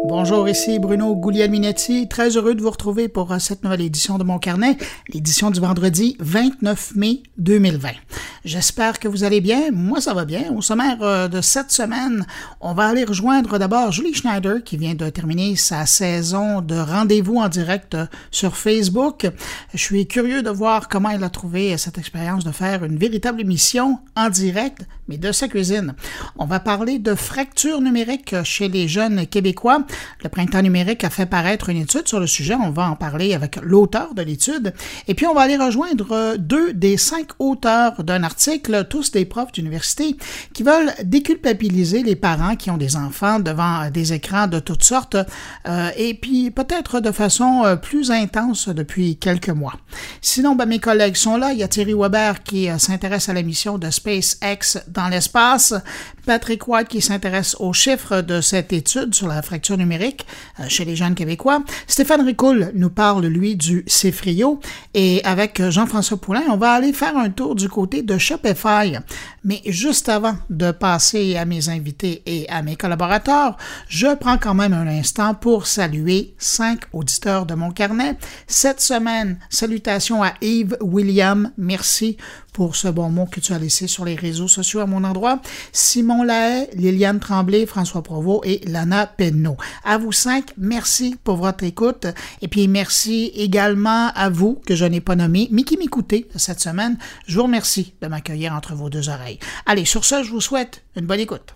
Bonjour, ici Bruno Guglielminetti. Très heureux de vous retrouver pour cette nouvelle édition de Mon Carnet, l'édition du vendredi 29 mai 2020. J'espère que vous allez bien. Moi, ça va bien. Au sommaire de cette semaine, on va aller rejoindre d'abord Julie Schneider qui vient de terminer sa saison de rendez-vous en direct sur Facebook. Je suis curieux de voir comment elle a trouvé cette expérience de faire une véritable émission en direct, mais de sa cuisine. On va parler de fracture numérique chez les jeunes Québécois. Le Printemps numérique a fait paraître une étude sur le sujet. On va en parler avec l'auteur de l'étude. Et puis, on va aller rejoindre 2 des 5 auteurs d'un article, tous des profs d'université, qui veulent déculpabiliser les parents qui ont des enfants devant des écrans de toutes sortes, et puis peut-être de façon plus intense depuis quelques mois. Sinon, mes collègues sont là. Il y a Thierry Weber qui s'intéresse à la mission de SpaceX dans l'espace, Patrick White qui s'intéresse aux chiffres de cette étude sur la fracture numérique chez les jeunes Québécois. Stéphane Ricoul nous parle, lui, du CFRIO. Et avec Jean-François Poulain, on va aller faire un tour du côté de Shopify. Mais juste avant de passer à mes invités et à mes collaborateurs, je prends quand même un instant pour saluer 5 auditeurs de Mon Carnet. Cette semaine, salutations à Yves William. Merci pour ce bon mot que tu as laissé sur les réseaux sociaux à mon endroit. Simon Lahaye, Liliane Tremblay, François Provost et Lana Penneau. À vous 5, merci pour votre écoute. Et puis merci également à vous, que je n'ai pas nommé, mais qui m'écoutez cette semaine. Je vous remercie de m'accueillir entre vos deux oreilles. Allez, sur ce, je vous souhaite une bonne écoute.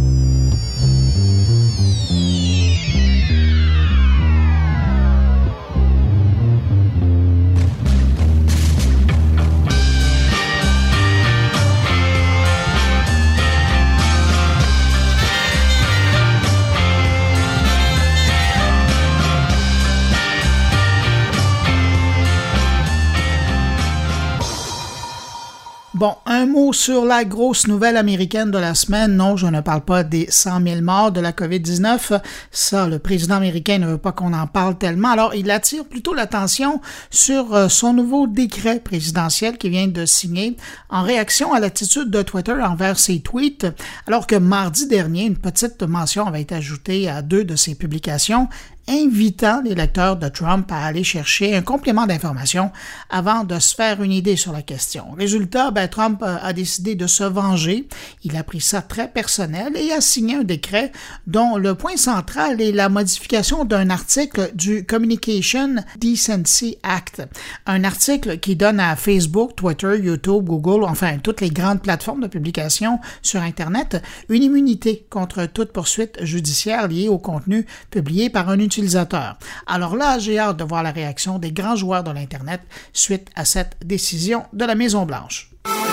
Bon, un mot sur la grosse nouvelle américaine de la semaine. Non, je ne parle pas des 100 000 morts de la COVID-19. Ça, le président américain ne veut pas qu'on en parle tellement. Alors, il attire plutôt l'attention sur son nouveau décret présidentiel qu'il vient de signer en réaction à l'attitude de Twitter envers ses tweets, alors que mardi dernier, une petite mention avait été ajoutée à 2 de ses publications invitant les lecteurs de Trump à aller chercher un complément d'information avant de se faire une idée sur la question. Résultat, Trump a décidé de se venger. Il a pris ça très personnel et a signé un décret dont le point central est la modification d'un article du Communication Decency Act. Un article qui donne à Facebook, Twitter, YouTube, Google, enfin toutes les grandes plateformes de publication sur Internet, une immunité contre toute poursuite judiciaire liée au contenu publié par un utilisateur. Alors là, j'ai hâte de voir la réaction des grands joueurs de l'Internet suite à cette décision de la Maison-Blanche.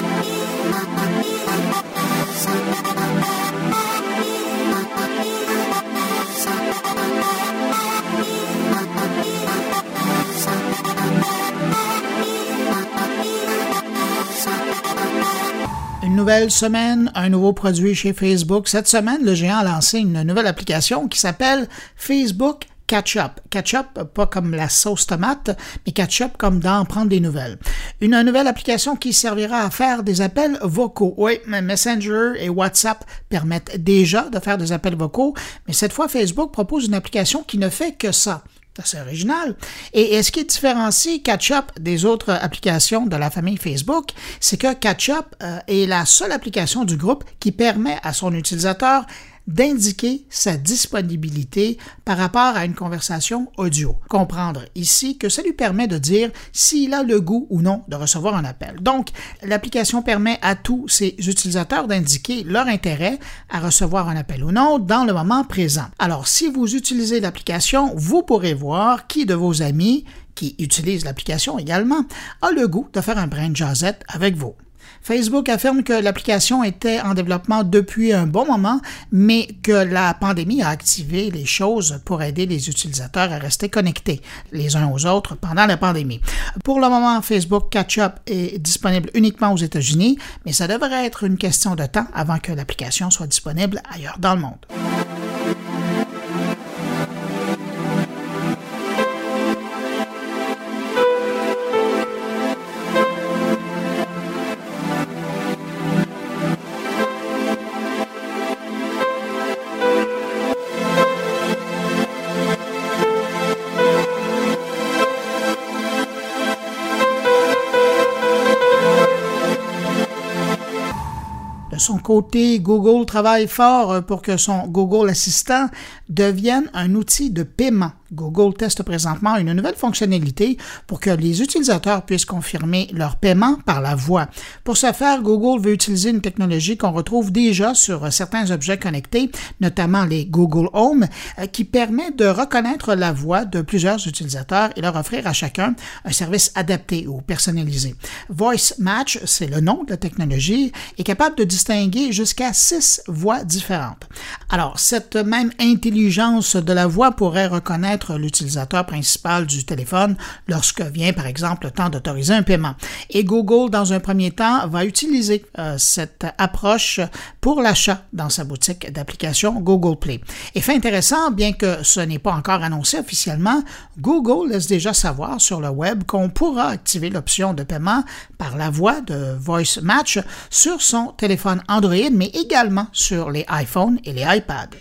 Une nouvelle semaine, un nouveau produit chez Facebook. Cette semaine, le géant a lancé une nouvelle application qui s'appelle Facebook Catch-up. Catch-up, pas comme la sauce tomate, mais catch-up comme dans prendre des nouvelles. Une nouvelle application qui servira à faire des appels vocaux. Oui, Messenger et WhatsApp permettent déjà de faire des appels vocaux, mais cette fois, Facebook propose une application qui ne fait que ça. C'est assez original. Et ce qui différencie Catch-up des autres applications de la famille Facebook, c'est que Catch-up est la seule application du groupe qui permet à son utilisateur d'indiquer sa disponibilité par rapport à une conversation audio. Comprendre ici que ça lui permet de dire s'il a le goût ou non de recevoir un appel. Donc, l'application permet à tous ses utilisateurs d'indiquer leur intérêt à recevoir un appel ou non dans le moment présent. Alors, si vous utilisez l'application, vous pourrez voir qui de vos amis qui utilisent l'application également a le goût de faire un brin de jasette avec vous. Facebook affirme que l'application était en développement depuis un bon moment, mais que la pandémie a activé les choses pour aider les utilisateurs à rester connectés les uns aux autres pendant la pandémie. Pour le moment, Facebook Catch-up est disponible uniquement aux États-Unis, mais ça devrait être une question de temps avant que l'application soit disponible ailleurs dans le monde. côté, Google travaille fort pour que son Google Assistant devienne un outil de paiement. Google teste présentement une nouvelle fonctionnalité pour que les utilisateurs puissent confirmer leur paiement par la voix. Pour ce faire, Google veut utiliser une technologie qu'on retrouve déjà sur certains objets connectés, notamment les Google Home, qui permet de reconnaître la voix de plusieurs utilisateurs et leur offrir à chacun un service adapté ou personnalisé. Voice Match, c'est le nom de la technologie, est capable de distinguer jusqu'à 6 voix différentes. Alors, cette même intelligence de la voix pourrait reconnaître l'utilisateur principal du téléphone lorsque vient, par exemple, le temps d'autoriser un paiement. Et Google, dans un premier temps, va utiliser cette approche pour l'achat dans sa boutique d'applications Google Play. Et fait intéressant, bien que ce n'est pas encore annoncé officiellement, Google laisse déjà savoir sur le web qu'on pourra activer l'option de paiement par la voix de Voice Match sur son téléphone Android, mais également sur les iPhones et les iPads.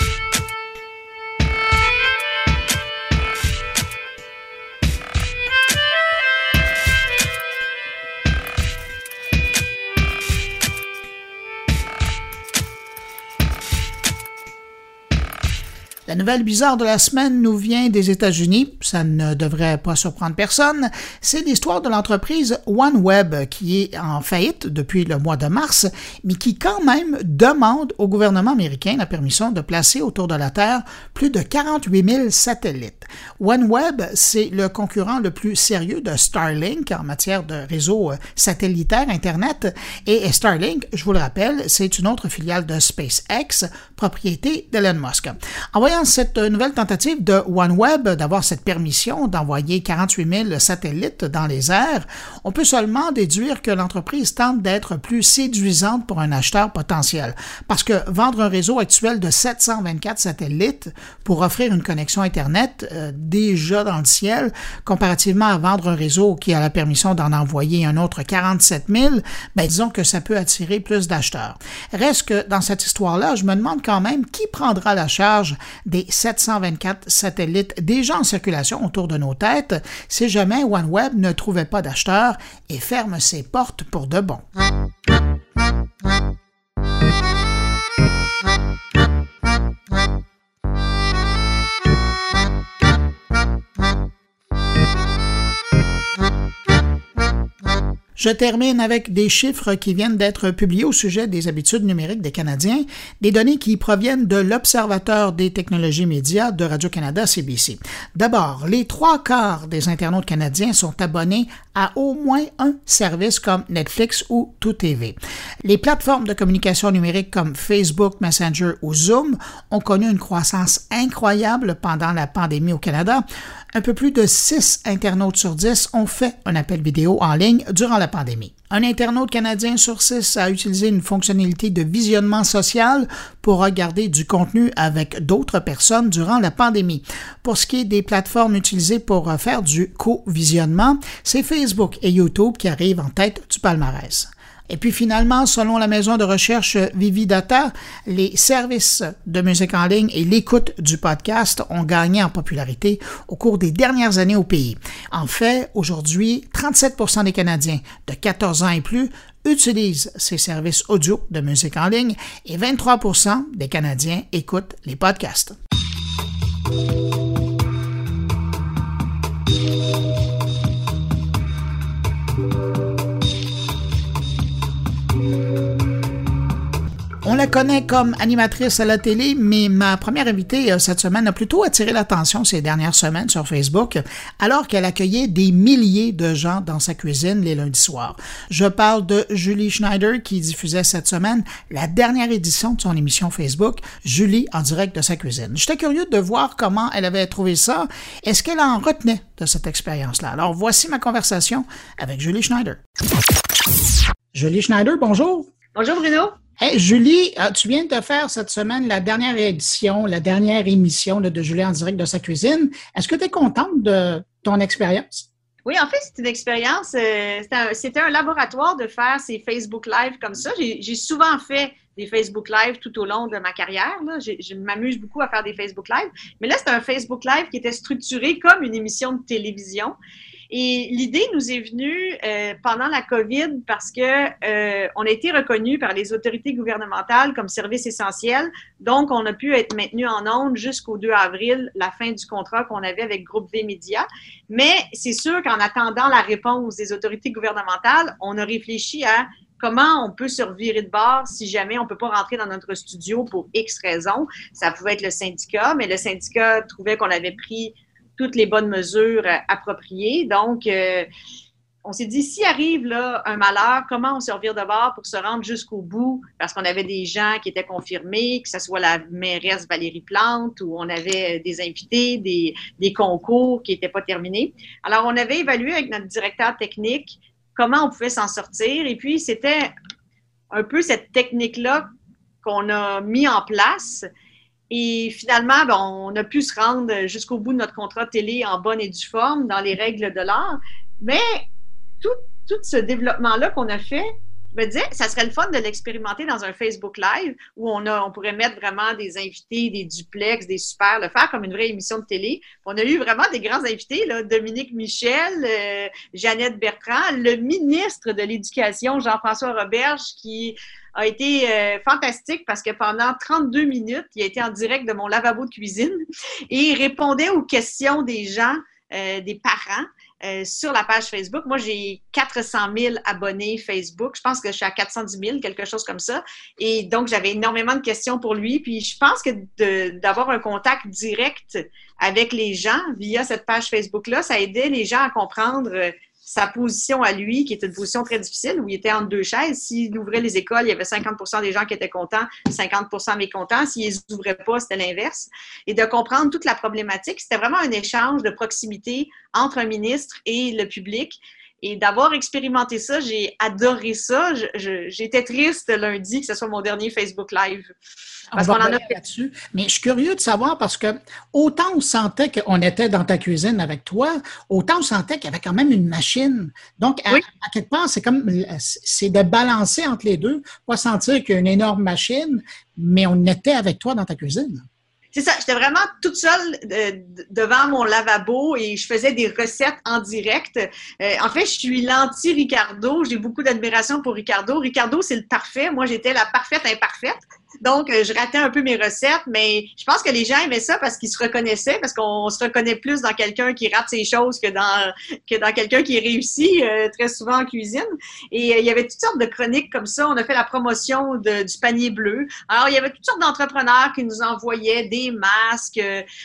La nouvelle bizarre de la semaine nous vient des États-Unis. Ça ne devrait pas surprendre personne. C'est l'histoire de l'entreprise OneWeb qui est en faillite depuis le mois de mars, mais qui quand même demande au gouvernement américain la permission de placer autour de la Terre plus de 48 000 satellites. OneWeb, c'est le concurrent le plus sérieux de Starlink en matière de réseau satellitaire Internet. Et Starlink, je vous le rappelle, c'est une autre filiale de SpaceX, propriété d'Elon Musk. En voyant cette nouvelle tentative de OneWeb d'avoir cette permission d'envoyer 48 000 satellites dans les airs, on peut seulement déduire que l'entreprise tente d'être plus séduisante pour un acheteur potentiel. Parce que vendre un réseau actuel de 724 satellites pour offrir une connexion Internet déjà dans le ciel, comparativement à vendre un réseau qui a la permission d'en envoyer un autre 47 000, disons que ça peut attirer plus d'acheteurs. Reste que dans cette histoire-là, je me demande quand même qui prendra la charge des 724 satellites déjà en circulation autour de nos têtes si jamais OneWeb ne trouvait pas d'acheteurs et ferme ses portes pour de bon. Je termine avec des chiffres qui viennent d'être publiés au sujet des habitudes numériques des Canadiens, des données qui proviennent de l'Observateur des technologies médias de Radio-Canada-CBC. D'abord, les 3/4 des internautes canadiens sont abonnés à au moins un service comme Netflix ou ToutTV. Les plateformes de communication numérique comme Facebook, Messenger ou Zoom ont connu une croissance incroyable pendant la pandémie au Canada. Un peu plus de 6 internautes sur 10 ont fait un appel vidéo en ligne durant la pandémie. Un internaute canadien sur 6 a utilisé une fonctionnalité de visionnement social pour regarder du contenu avec d'autres personnes durant la pandémie. Pour ce qui est des plateformes utilisées pour faire du co-visionnement, c'est Facebook et YouTube qui arrivent en tête du palmarès. Et puis finalement, selon la maison de recherche Vividata, les services de musique en ligne et l'écoute du podcast ont gagné en popularité au cours des dernières années au pays. En fait, aujourd'hui, 37% des Canadiens de 14 ans et plus utilisent ces services audio de musique en ligne et 23% des Canadiens écoutent les podcasts. On la connaît comme animatrice à la télé, mais ma première invitée cette semaine a plutôt attiré l'attention ces dernières semaines sur Facebook, alors qu'elle accueillait des milliers de gens dans sa cuisine les lundis soirs. Je parle de Julie Schneider qui diffusait cette semaine la dernière édition de son émission Facebook, Julie en direct de sa cuisine. J'étais curieux de voir comment elle avait trouvé ça et ce qu'elle en retenait de cette expérience-là. Alors voici ma conversation avec Julie Schneider. Julie Schneider, bonjour. Bonjour Bruno. Hey, Julie, tu viens de faire cette semaine la dernière édition, la dernière émission de Julie en direct de sa cuisine. Est-ce que tu es contente de ton expérience? Oui, en fait, c'est une expérience, c'était un laboratoire de faire ces Facebook Live comme ça. J'ai souvent fait des Facebook Live tout au long de ma carrière. Là. Je m'amuse beaucoup à faire des Facebook Live. Mais là, c'était un Facebook Live qui était structuré comme une émission de télévision. Et l'idée nous est venue pendant la COVID parce que on a été reconnu par les autorités gouvernementales comme service essentiel. Donc, on a pu être maintenu en ondes jusqu'au 2 avril, la fin du contrat qu'on avait avec Groupe V Média. Mais c'est sûr qu'en attendant la réponse des autorités gouvernementales, on a réfléchi à comment on peut se revirer de bord si jamais on ne peut pas rentrer dans notre studio pour X raisons. Ça pouvait être le syndicat, mais le syndicat trouvait qu'on avait pris toutes les bonnes mesures appropriées. Donc, on s'est dit, s'il arrive là un malheur, comment on se revire de bord pour se rendre jusqu'au bout? Parce qu'on avait des gens qui étaient confirmés, que ce soit la mairesse Valérie Plante, ou on avait des invités, des concours qui n'étaient pas terminés. Alors, on avait évalué avec notre directeur technique comment on pouvait s'en sortir. Et puis, c'était un peu cette technique-là qu'on a mis en place. Et finalement, ben, on a pu se rendre jusqu'au bout de notre contrat télé en bonne et due forme, dans les règles de l'art. Mais tout ce développement-là qu'on a fait, je me disais, ça serait le fun de l'expérimenter dans un Facebook Live où on pourrait mettre vraiment des invités, des duplex, des super, le faire comme une vraie émission de télé. On a eu vraiment des grands invités, là, Dominique Michel, Jeannette Bertrand, le ministre de l'Éducation, Jean-François Roberge, qui a été fantastique parce que pendant 32 minutes, il a été en direct de mon lavabo de cuisine et il répondait aux questions des gens, des parents. Sur la page Facebook. Moi, j'ai 400 000 abonnés Facebook. Je pense que je suis à 410 000, quelque chose comme ça. Et donc, j'avais énormément de questions pour lui. Puis, je pense que d'avoir un contact direct avec les gens via cette page Facebook-là, ça aidait les gens à comprendre sa position à lui, qui était une position très difficile, où il était entre deux chaises. S'il ouvrait les écoles, il y avait 50% des gens qui étaient contents, 50% mécontents. S'il les ouvrait pas, c'était l'inverse. Et de comprendre toute la problématique, c'était vraiment un échange de proximité entre un ministre et le public. Et d'avoir expérimenté ça, j'ai adoré ça. J'étais triste lundi que ce soit mon dernier Facebook Live. Parce qu'on en a fait là-dessus. Mais je suis curieux de savoir parce que autant on sentait qu'on était dans ta cuisine avec toi, autant on sentait qu'il y avait quand même une machine. Donc, à quelque part, c'est de balancer entre les deux, pas sentir qu'il y a une énorme machine, mais on était avec toi dans ta cuisine. C'est ça, j'étais vraiment toute seule devant mon lavabo et je faisais des recettes en direct. En fait, je suis l'anti-Ricardo. J'ai beaucoup d'admiration pour Ricardo. Ricardo, c'est le parfait. Moi, j'étais la parfaite imparfaite. Donc, je ratais un peu mes recettes, mais je pense que les gens aimaient ça parce qu'ils se reconnaissaient, parce qu'on se reconnaît plus dans quelqu'un qui rate ses choses que dans quelqu'un qui réussit très souvent en cuisine. Et il y avait toutes sortes de chroniques comme ça. On a fait la promotion du panier bleu. Alors, il y avait toutes sortes d'entrepreneurs qui nous envoyaient des masques,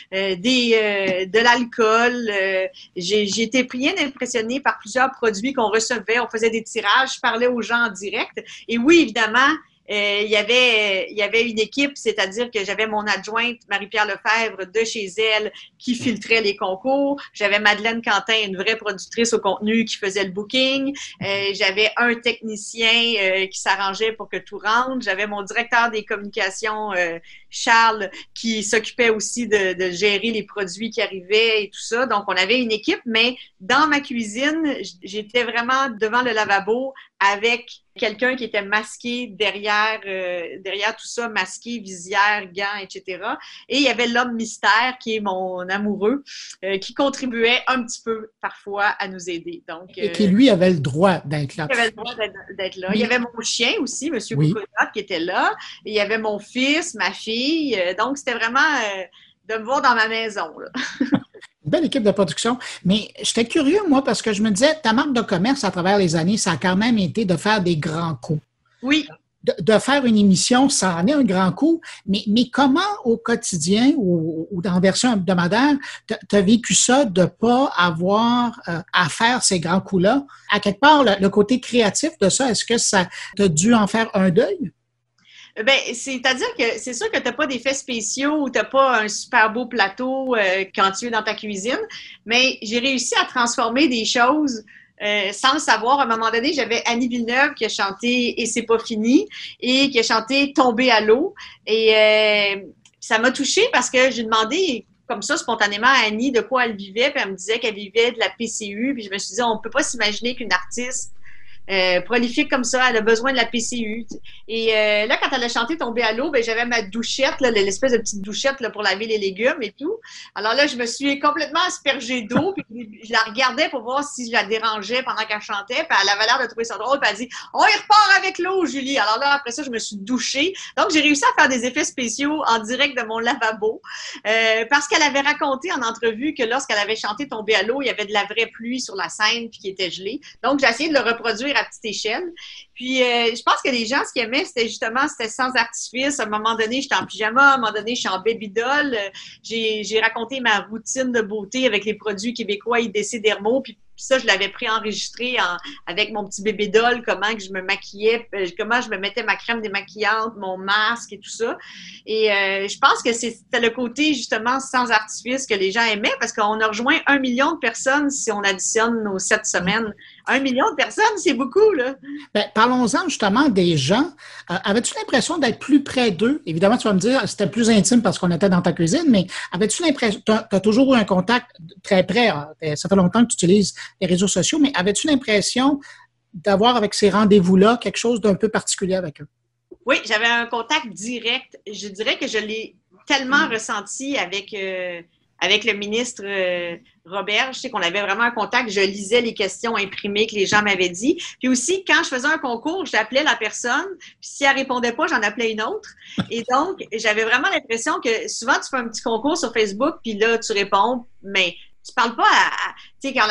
de l'alcool. J'ai été bien impressionnée par plusieurs produits qu'on recevait. On faisait des tirages, je parlais aux gens en direct. Et oui, évidemment, il y avait une équipe, c'est-à-dire que j'avais mon adjointe Marie-Pierre Lefebvre de chez elle qui filtrait les concours. J'avais Madeleine Quentin, une vraie productrice au contenu qui faisait le booking. J'avais un technicien qui s'arrangeait pour que tout rentre. J'avais mon directeur des communications, Charles, qui s'occupait aussi de gérer les produits qui arrivaient et tout ça. Donc, on avait une équipe, mais dans ma cuisine, j'étais vraiment devant le lavabo avec quelqu'un qui était masqué derrière tout ça, masqué, visière, gants, etc. Et il y avait l'homme mystère, qui est mon amoureux, qui contribuait un petit peu parfois à nous aider. Donc, et qui, lui, avait le droit d'être là. Il avait le droit d'être là. Il y avait mon chien aussi, M. Cocotte, qui était là. Et il y avait mon fils, ma fille. Donc, c'était vraiment de me voir dans ma maison, là. Une belle équipe de production. Mais j'étais curieux, moi, parce que je me disais, ta marque de commerce à travers les années, ça a quand même été de faire des grands coups. Oui. De faire une émission, ça en est un grand coup. Mais comment, au quotidien ou dans la version hebdomadaire, tu as vécu ça de ne pas avoir à faire ces grands coups-là? À quelque part, le côté créatif de ça, est-ce que ça t'a dû en faire un deuil? Ben, c'est-à-dire que c'est sûr que tu n'as pas d'effets spéciaux ou tu n'as pas un super beau plateau quand tu es dans ta cuisine, mais j'ai réussi à transformer des choses sans le savoir. À un moment donné, j'avais Annie Villeneuve qui a chanté « Et c'est pas fini » et qui a chanté « Tomber à l'eau ». Et ça m'a touchée parce que j'ai demandé comme ça spontanément à Annie de quoi elle vivait, puis elle me disait qu'elle vivait de la PCU, puis je me suis dit, on ne peut pas s'imaginer qu'une artiste prolifique comme ça, elle a besoin de la PCU. Et là, quand elle a chanté Tomber à l'eau, ben, j'avais ma douchette, là, l'espèce de petite douchette là, pour laver les légumes et tout. Alors là, je me suis complètement aspergée d'eau, puis je la regardais pour voir si je la dérangeais pendant qu'elle chantait, puis elle avait l'air de trouver ça drôle, puis elle dit « On y repart avec l'eau, Julie! » Alors là, après ça, je me suis douchée. Donc, j'ai réussi à faire des effets spéciaux en direct de mon lavabo, parce qu'elle avait raconté en entrevue que lorsqu'elle avait chanté Tomber à l'eau, il y avait de la vraie pluie sur la scène, puis qui était gelée. Donc, j'ai essayé de le reproduire à petite échelle. Puis, je pense que les gens, ce qu'ils aimaient, c'était sans artifice. À un moment donné, j'étais en pyjama. À un moment donné, je suis en baby doll. J'ai raconté ma routine de beauté avec les produits québécois IDC Dermo. Puis ça, je l'avais préenregistré avec mon petit bébé doll, comment que je me maquillais, comment je me mettais ma crème démaquillante, mon masque et tout ça. Et je pense que c'était le côté, justement, sans artifice que les gens aimaient parce qu'on a rejoint 1 million de personnes si on additionne nos 7 semaines. 1 million de personnes, c'est beaucoup, là. Ben, parlons-en justement des gens. Avais-tu l'impression d'être plus près d'eux? Évidemment, tu vas me dire, c'était plus intime parce qu'on était dans ta cuisine, mais avais-tu l'impression, tu as toujours eu un contact très près, hein? Ça fait longtemps que tu utilises les réseaux sociaux, mais avais-tu l'impression d'avoir avec ces rendez-vous-là quelque chose d'un peu particulier avec eux? Oui, j'avais un contact direct. Je dirais que je l'ai tellement ressenti avec le ministre Robert. Je sais qu'on avait vraiment un contact. Je lisais les questions imprimées que les gens m'avaient dit. Puis aussi, quand je faisais un concours, j'appelais la personne. Puis si elle répondait pas, j'en appelais une autre. Et donc, j'avais vraiment l'impression que souvent, tu fais un petit concours sur Facebook, puis là, tu réponds, mais tu parles pas tu sais,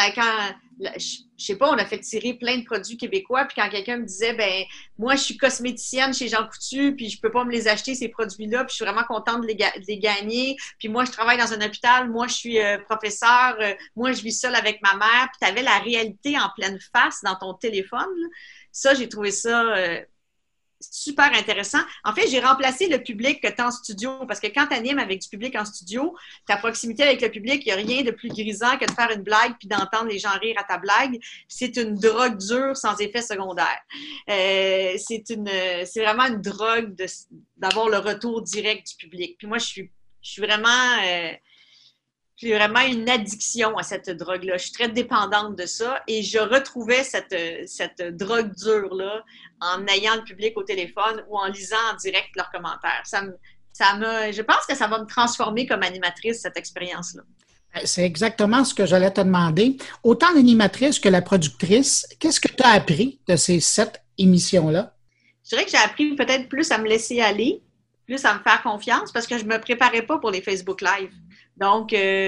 je sais pas, on a fait tirer plein de produits québécois, puis quand quelqu'un me disait, ben moi, je suis cosméticienne chez Jean Coutu, puis je peux pas me les acheter, ces produits-là, puis je suis vraiment contente de les gagner, puis moi, je travaille dans un hôpital, moi, je suis professeur, moi, je vis seule avec ma mère, puis tu avais la réalité en pleine face dans ton téléphone, là. Ça, j'ai trouvé ça super intéressant. En fait, j'ai remplacé le public que tu as en studio, parce que quand tu animes avec du public en studio, ta proximité avec le public, il n'y a rien de plus grisant que de faire une blague puis d'entendre les gens rire à ta blague. C'est une drogue dure sans effet secondaire. C'est vraiment une drogue d'avoir le retour direct du public. Puis moi, je suis vraiment... j'ai vraiment une addiction à cette drogue-là. Je suis très dépendante de ça et je retrouvais cette drogue dure-là en ayant le public au téléphone ou en lisant en direct leurs commentaires. Je pense que ça va me transformer comme animatrice, cette expérience-là. C'est exactement ce que j'allais te demander. Autant l'animatrice que la productrice, qu'est-ce que tu as appris de ces 7 émissions-là? Je dirais que j'ai appris peut-être plus à me laisser aller, plus à me faire confiance parce que je ne me préparais pas pour les Facebook Live. Donc,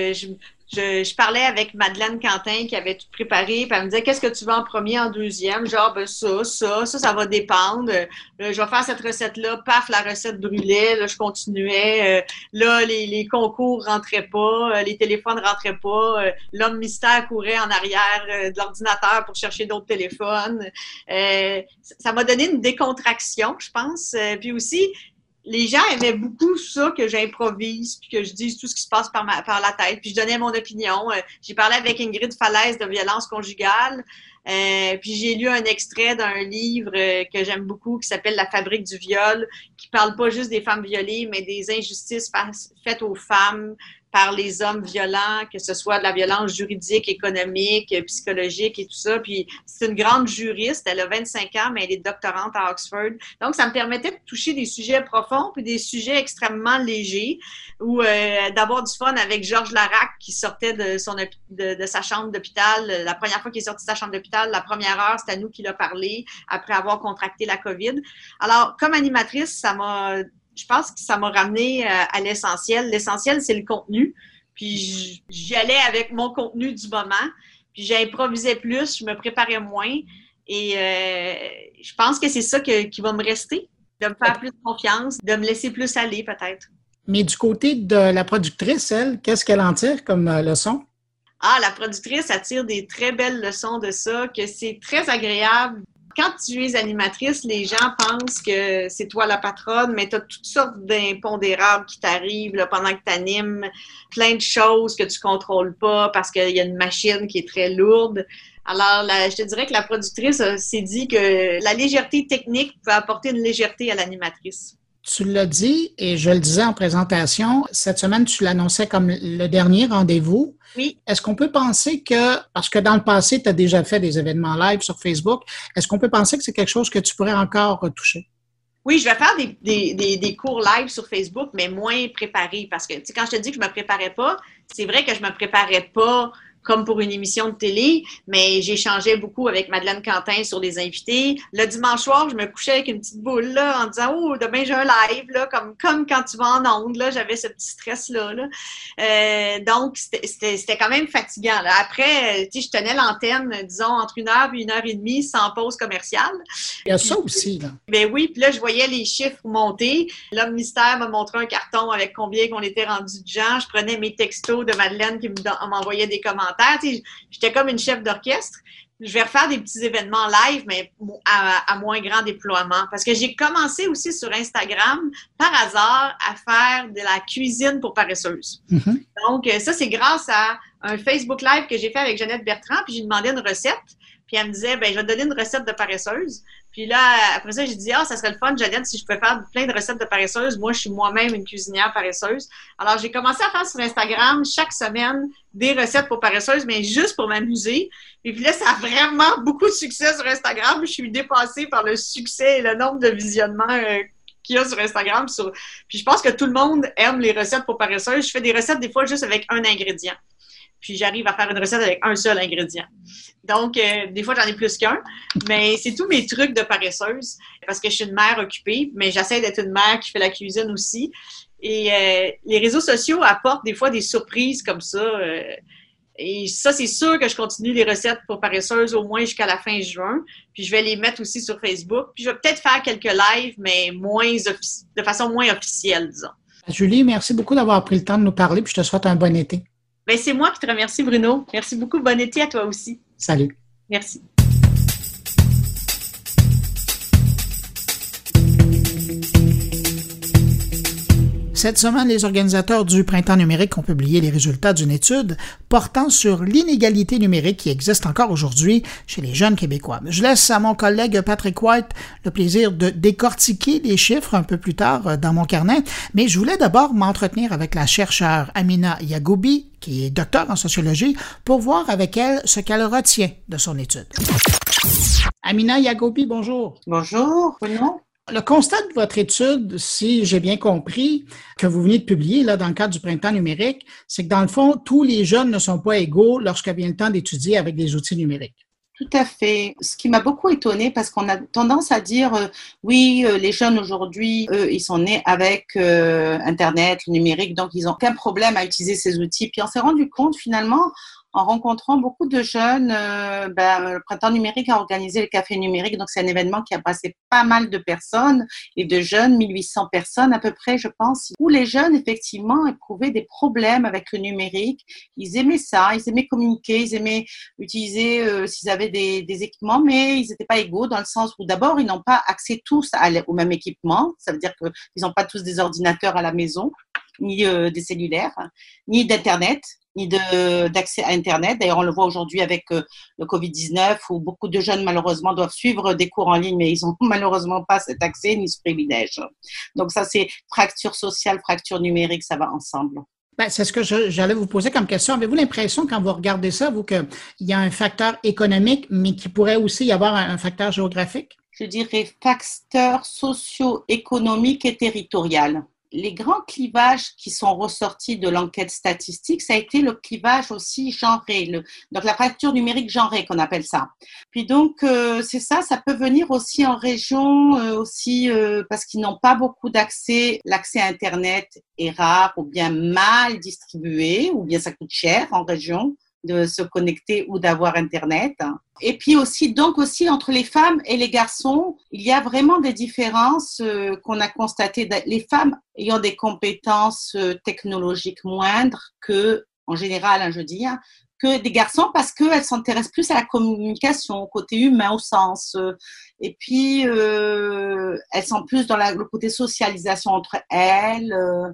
je parlais avec Madeleine Quentin qui avait tout préparé, puis elle me disait qu'est-ce que tu veux en premier, en deuxième? Genre, ben ça va dépendre. Je vais faire cette recette-là, paf, la recette brûlait, là, je continuais. Là, les concours rentraient pas, les téléphones rentraient pas, l'homme mystère courait en arrière de l'ordinateur pour chercher d'autres téléphones. Ça m'a donné une décontraction, je pense. Puis aussi, les gens aimaient beaucoup ça, que j'improvise, puis que je dise tout ce qui se passe par la tête, puis je donnais mon opinion. J'ai parlé avec Ingrid Falaise de violence conjugale, puis j'ai lu un extrait d'un livre que j'aime beaucoup qui s'appelle La fabrique du viol, qui parle pas juste des femmes violées, mais des injustices faites aux femmes par les hommes violents, que ce soit de la violence juridique, économique, psychologique et tout ça. Puis c'est une grande juriste, elle a 25 ans, mais elle est doctorante à Oxford. Donc, ça me permettait de toucher des sujets profonds puis des sujets extrêmement légers ou d'avoir du fun avec Georges Larac qui sortait de sa chambre d'hôpital. La première fois qu'il est sorti de sa chambre d'hôpital, la première heure, c'est à nous qu'il a parlé après avoir contracté la COVID. Alors, comme animatrice, je pense que ça m'a ramené à l'essentiel. L'essentiel, c'est le contenu. Puis j'y allais avec mon contenu du moment. Puis j'improvisais plus, je me préparais moins. Et je pense que c'est ça qui va me rester, de me faire plus confiance, de me laisser plus aller peut-être. Mais du côté de la productrice, elle, qu'est-ce qu'elle en tire comme leçon? Ah, la productrice, elle tire des très belles leçons de ça, que c'est très agréable. Quand tu es animatrice, les gens pensent que c'est toi la patronne, mais tu as toutes sortes d'impondérables qui t'arrivent là, pendant que tu animes, plein de choses que tu contrôles pas parce qu'il y a une machine qui est très lourde. Alors, je te dirais que la productrice s'est dit que la légèreté technique peut apporter une légèreté à l'animatrice. Tu l'as dit et je le disais en présentation, cette semaine, tu l'annonçais comme le dernier rendez-vous. Oui. Est-ce qu'on peut penser que, parce que dans le passé, tu as déjà fait des événements live sur Facebook, est-ce qu'on peut penser que c'est quelque chose que tu pourrais encore retoucher? Oui, je vais faire des cours live sur Facebook, mais moins préparés. Parce que, tu sais, quand je te dis que je me préparais pas, c'est vrai que je me préparais pas comme pour une émission de télé, mais j'échangeais beaucoup avec Madeleine Quentin sur les invités. Le dimanche soir, je me couchais avec une petite boule là, en disant oh demain j'ai un live là, comme quand tu vas en onde là, j'avais ce petit stress là. Donc c'était quand même fatigant. Là. Après, tu sais, je tenais l'antenne, disons entre 1 heure et 1 heure et demie sans pause commerciale. Il y a ça aussi là. Ben oui, puis là je voyais les chiffres monter. L'homme mystère m'a montré un carton avec combien qu'on était rendu de gens. Je prenais mes textos de Madeleine qui m'envoyait des commentaires. J'étais comme une chef d'orchestre. Je vais refaire des petits événements live, mais à moins grand déploiement. Parce que j'ai commencé aussi sur Instagram, par hasard, à faire de la cuisine pour paresseuses. Mm-hmm. Donc, ça, c'est grâce à un Facebook Live que j'ai fait avec Jeannette Bertrand, puis j'ai demandé une recette. Puis elle me disait, ben je vais te donner une recette de paresseuse. Puis là, après ça, j'ai dit, ça serait le fun, Jeannette, si je pouvais faire plein de recettes de paresseuses. Moi, je suis moi-même une cuisinière paresseuse. Alors, j'ai commencé à faire sur Instagram chaque semaine des recettes pour paresseuses, mais juste pour m'amuser. Et puis là, ça a vraiment beaucoup de succès sur Instagram. Je suis dépassée par le succès et le nombre de visionnements qu'il y a sur Instagram. Puis je pense que tout le monde aime les recettes pour paresseuses. Je fais des recettes des fois juste avec un ingrédient. Puis j'arrive à faire une recette avec un seul ingrédient. Donc, des fois, j'en ai plus qu'un. Mais c'est tous mes trucs de paresseuse parce que je suis une mère occupée, mais j'essaie d'être une mère qui fait la cuisine aussi. Et les réseaux sociaux apportent des fois des surprises comme ça. Et ça, c'est sûr que je continue les recettes pour paresseuses au moins jusqu'à la fin juin. Puis je vais les mettre aussi sur Facebook. Puis je vais peut-être faire quelques lives, mais de façon moins officielle, disons. Julie, merci beaucoup d'avoir pris le temps de nous parler. Puis je te souhaite un bon été. Ben, c'est moi qui te remercie, Bruno. Merci beaucoup. Bon été à toi aussi. Salut. Merci. Cette semaine, les organisateurs du Printemps numérique ont publié les résultats d'une étude portant sur l'inégalité numérique qui existe encore aujourd'hui chez les jeunes Québécois. Je laisse à mon collègue Patrick White le plaisir de décortiquer les chiffres un peu plus tard dans mon carnet, mais je voulais d'abord m'entretenir avec la chercheure Amina Yagoubi, qui est docteur en sociologie, pour voir avec elle ce qu'elle retient de son étude. Amina Yagoubi, bonjour. Bonjour, Bruno. Le constat de votre étude, si j'ai bien compris, que vous venez de publier là, dans le cadre du Printemps numérique, c'est que dans le fond, tous les jeunes ne sont pas égaux lorsque vient le temps d'étudier avec des outils numériques. Tout à fait. Ce qui m'a beaucoup étonnée, parce qu'on a tendance à dire, oui, les jeunes aujourd'hui, eux, ils sont nés avec Internet, le numérique, donc ils n'ont aucun problème à utiliser ces outils. Puis on s'est rendu compte finalement, en rencontrant beaucoup de jeunes, le Printemps numérique a organisé le Café numérique, donc c'est un événement qui a passé pas mal de personnes et de jeunes, 1800 personnes à peu près, je pense, où les jeunes, effectivement, éprouvaient des problèmes avec le numérique. Ils aimaient ça, ils aimaient communiquer, ils aimaient utiliser s'ils avaient des équipements, mais ils n'étaient pas égaux dans le sens où d'abord, ils n'ont pas accès tous au même équipement. Ça veut dire qu'ils n'ont pas tous des ordinateurs à la maison, ni des cellulaires, ni d'Internet, ni d'accès à Internet. D'ailleurs, on le voit aujourd'hui avec le Covid-19 où beaucoup de jeunes, malheureusement, doivent suivre des cours en ligne, mais ils n'ont malheureusement pas cet accès ni ce privilège. Donc ça, c'est fracture sociale, fracture numérique, ça va ensemble. Ben, c'est ce que j'allais vous poser comme question. Avez-vous l'impression, quand vous regardez ça, vous, qu'il y a un facteur économique, mais qu'il pourrait aussi y avoir un facteur géographique? Je dirais facteur socio-économique et territorial. Les grands clivages qui sont ressortis de l'enquête statistique, ça a été le clivage aussi genré, donc la fracture numérique genrée qu'on appelle ça. Puis donc, c'est ça peut venir aussi en région, parce qu'ils n'ont pas beaucoup d'accès. L'accès à Internet est rare ou bien mal distribué, ou bien ça coûte cher en région de se connecter ou d'avoir Internet. Et puis aussi entre les femmes et les garçons, il y a vraiment des différences qu'on a constatées. Les femmes ayant des compétences technologiques moindres que, en général, je dis, que des garçons parce qu'elles s'intéressent plus à la communication, au côté humain, au sens. Et puis, elles sont plus dans le côté socialisation entre elles.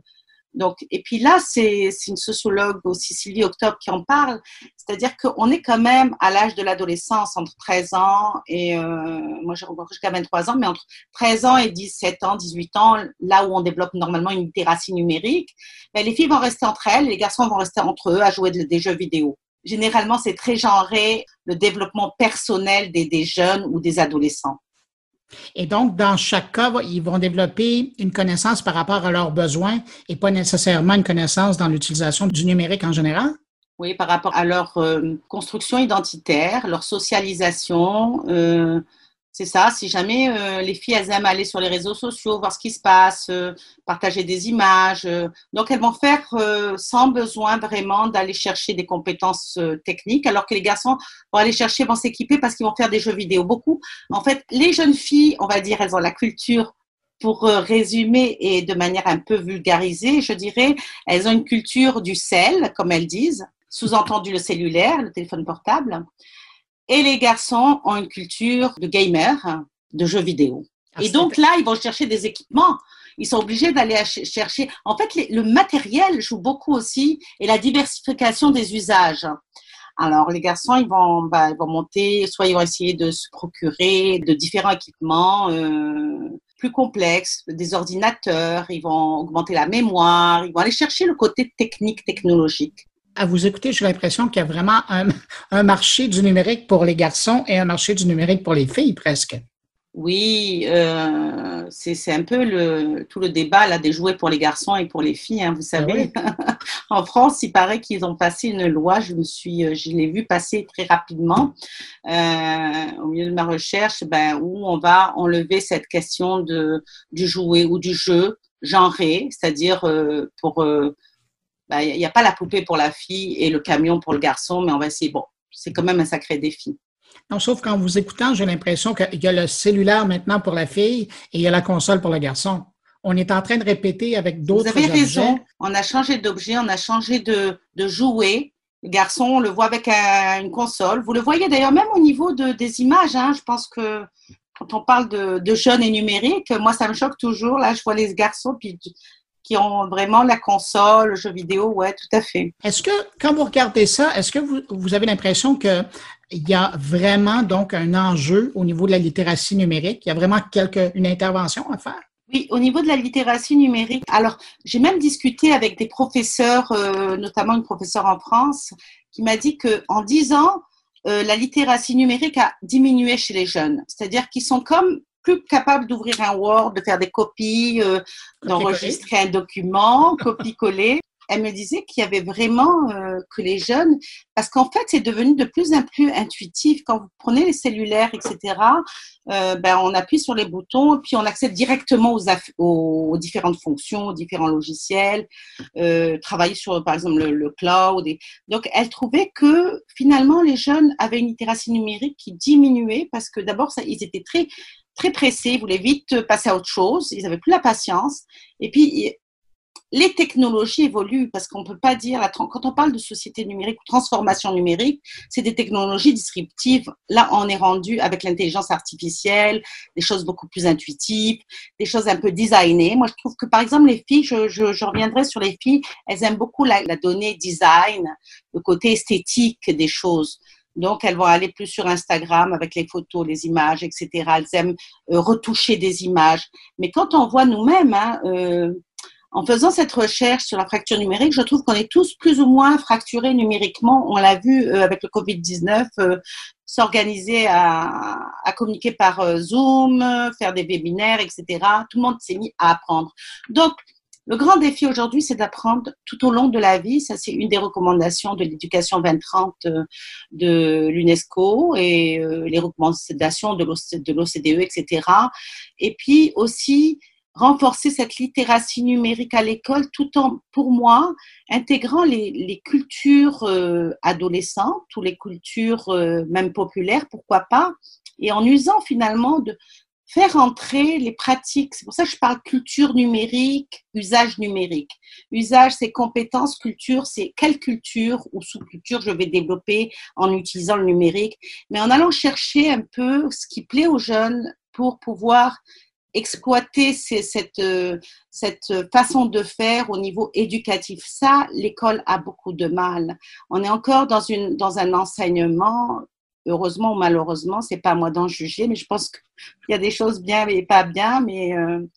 Donc, et puis là, c'est une sociologue aussi, Sylvie Octobre, qui en parle. C'est-à-dire qu'on est quand même à l'âge de l'adolescence, entre 13 ans et, moi j'ai rencontré jusqu'à 23 ans, mais entre 13 ans et 17 ans, 18 ans, là où on développe normalement une littératie numérique, ben, les filles vont rester entre elles, les garçons vont rester entre eux à jouer des jeux vidéo. Généralement, c'est très genré, le développement personnel des jeunes ou des adolescents. Et donc, dans chaque cas, ils vont développer une connaissance par rapport à leurs besoins et pas nécessairement une connaissance dans l'utilisation du numérique en général? Oui, par rapport à leur construction identitaire, leur socialisation. C'est ça, si jamais les filles, elles aiment aller sur les réseaux sociaux, voir ce qui se passe, partager des images. Donc, elles vont faire sans besoin vraiment d'aller chercher des compétences techniques, alors que les garçons vont aller chercher, vont s'équiper parce qu'ils vont faire des jeux vidéo. Beaucoup, en fait, les jeunes filles, on va dire, elles ont la culture, pour résumer et de manière un peu vulgarisée, je dirais, elles ont une culture du cell, comme elles disent, sous-entendu le cellulaire, le téléphone portable. Et les garçons ont une culture de gamer, de jeux vidéo. Et donc là, ils vont chercher des équipements. Ils sont obligés d'aller chercher. En fait, le matériel joue beaucoup aussi et la diversification des usages. Alors, les garçons, ils vont monter, soit ils vont essayer de se procurer de différents équipements plus complexes, des ordinateurs, ils vont augmenter la mémoire, ils vont aller chercher le côté technique, technologique. À vous écouter, j'ai l'impression qu'il y a vraiment un marché du numérique pour les garçons et un marché du numérique pour les filles, presque. Oui, c'est un peu tout le débat là, des jouets pour les garçons et pour les filles. Hein, vous savez, oui. En France, il paraît qu'ils ont passé une loi, je l'ai vu passer très rapidement au milieu de ma recherche, où on va enlever cette question du jouet ou du jeu genré, c'est-à-dire il n'y a pas la poupée pour la fille et le camion pour le garçon, mais on va essayer. Bon, c'est quand même un sacré défi. Non, sauf qu'en vous écoutant, j'ai l'impression qu'il y a le cellulaire maintenant pour la fille et il y a la console pour le garçon. On est en train de répéter avec d'autres objets. Vous avez raison. On a changé d'objet, on a changé de jouet. Le garçon, on le voit avec une console. Vous le voyez d'ailleurs même au niveau des images. Hein. Je pense que quand on parle de jeunes et numérique, moi, ça me choque toujours. Là, je vois les garçons qui ont vraiment la console, le jeu vidéo, ouais, tout à fait. Est-ce que, quand vous regardez ça, est-ce que vous avez l'impression qu'il y a vraiment donc un enjeu au niveau de la littératie numérique? Il y a vraiment une intervention à faire? Oui, au niveau de la littératie numérique, alors j'ai même discuté avec des professeurs, notamment une professeure en France, qui m'a dit qu'en 10 ans, la littératie numérique a diminué chez les jeunes. C'est-à-dire qu'ils sont comme plus capable d'ouvrir un Word, de faire des copies, d'enregistrer un document, copier-coller. Elle me disait qu'il y avait vraiment que les jeunes, parce qu'en fait, c'est devenu de plus en plus intuitif. Quand vous prenez les cellulaires, etc., on appuie sur les boutons et puis on accède directement aux différentes fonctions, aux différents logiciels, travailler sur, par exemple, le cloud. Donc, elle trouvait que finalement, les jeunes avaient une littératie numérique qui diminuait parce que d'abord, ils étaient très très pressés, ils voulaient vite passer à autre chose, ils n'avaient plus la patience. Et puis, les technologies évoluent parce qu'on ne peut pas dire, quand on parle de société numérique ou transformation numérique, c'est des technologies disruptives. Là, on est rendu avec l'intelligence artificielle, des choses beaucoup plus intuitives, des choses un peu designées. Moi, je trouve que, par exemple, les filles, je reviendrai sur les filles, elles aiment beaucoup la donnée design, le côté esthétique des choses. Donc, elles vont aller plus sur Instagram avec les photos, les images, etc. Elles aiment retoucher des images. Mais quand on voit nous-mêmes, en faisant cette recherche sur la fracture numérique, je trouve qu'on est tous plus ou moins fracturés numériquement. On l'a vu avec le Covid-19, s'organiser à communiquer par Zoom, faire des webinaires, etc. Tout le monde s'est mis à apprendre. Donc, le grand défi aujourd'hui, c'est d'apprendre tout au long de la vie. Ça, c'est une des recommandations de l'éducation 2030 de l'UNESCO et les recommandations de l'OCDE, etc. Et puis aussi, renforcer cette littératie numérique à l'école tout en, pour moi, intégrant les cultures adolescentes ou les cultures même populaires, pourquoi pas, et en usant finalement de faire entrer les pratiques. C'est pour ça que je parle culture numérique, usage numérique. Usage, c'est compétences, culture, c'est quelle culture ou sous-culture je vais développer en utilisant le numérique, mais en allant chercher un peu ce qui plaît aux jeunes pour pouvoir exploiter cette façon de faire au niveau éducatif. Ça, l'école a beaucoup de mal. On est encore dans un enseignement, heureusement ou malheureusement, c'est pas à moi d'en juger, mais je pense qu'il y a des choses bien et pas bien, mais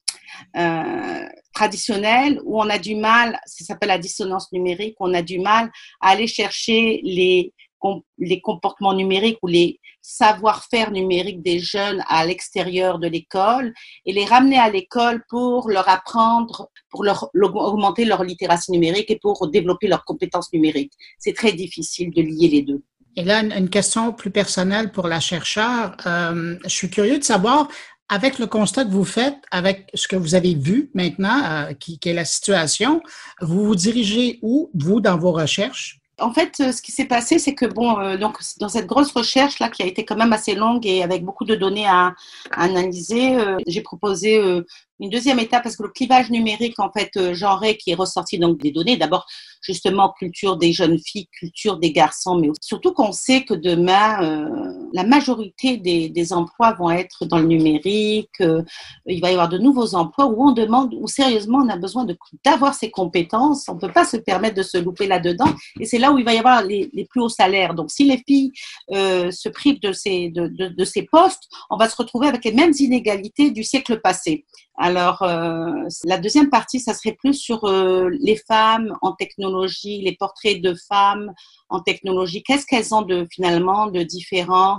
traditionnelles, où on a du mal, ça s'appelle la dissonance numérique, on a du mal à aller chercher les comportements numériques ou les savoir-faire numériques des jeunes à l'extérieur de l'école et les ramener à l'école pour leur apprendre, pour augmenter leur littératie numérique et pour développer leurs compétences numériques. C'est très difficile de lier les deux. Et là, une question plus personnelle pour la chercheure. Je suis curieux de savoir, avec le constat que vous faites, avec ce que vous avez vu maintenant, qui est la situation, vous vous dirigez où, vous, dans vos recherches? En fait, ce qui s'est passé, c'est que donc dans cette grosse recherche là, qui a été quand même assez longue et avec beaucoup de données à analyser, j'ai proposé une deuxième étape parce que le clivage numérique, en fait, genré, qui est ressorti donc des données. D'abord, justement, culture des jeunes filles, culture des garçons, mais surtout qu'on sait que demain, la majorité des emplois vont être dans le numérique. Il va y avoir de nouveaux emplois où on demande, où sérieusement on a besoin d'avoir ces compétences. On ne peut pas se permettre de se louper là-dedans. Et c'est là où il va y avoir les plus hauts salaires. Donc, si les filles se privent de ces postes, on va se retrouver avec les mêmes inégalités du siècle passé. Alors, la deuxième partie, ça serait plus sur les femmes en technologie, les portraits de femmes en technologie. Qu'est-ce qu'elles ont finalement de différent?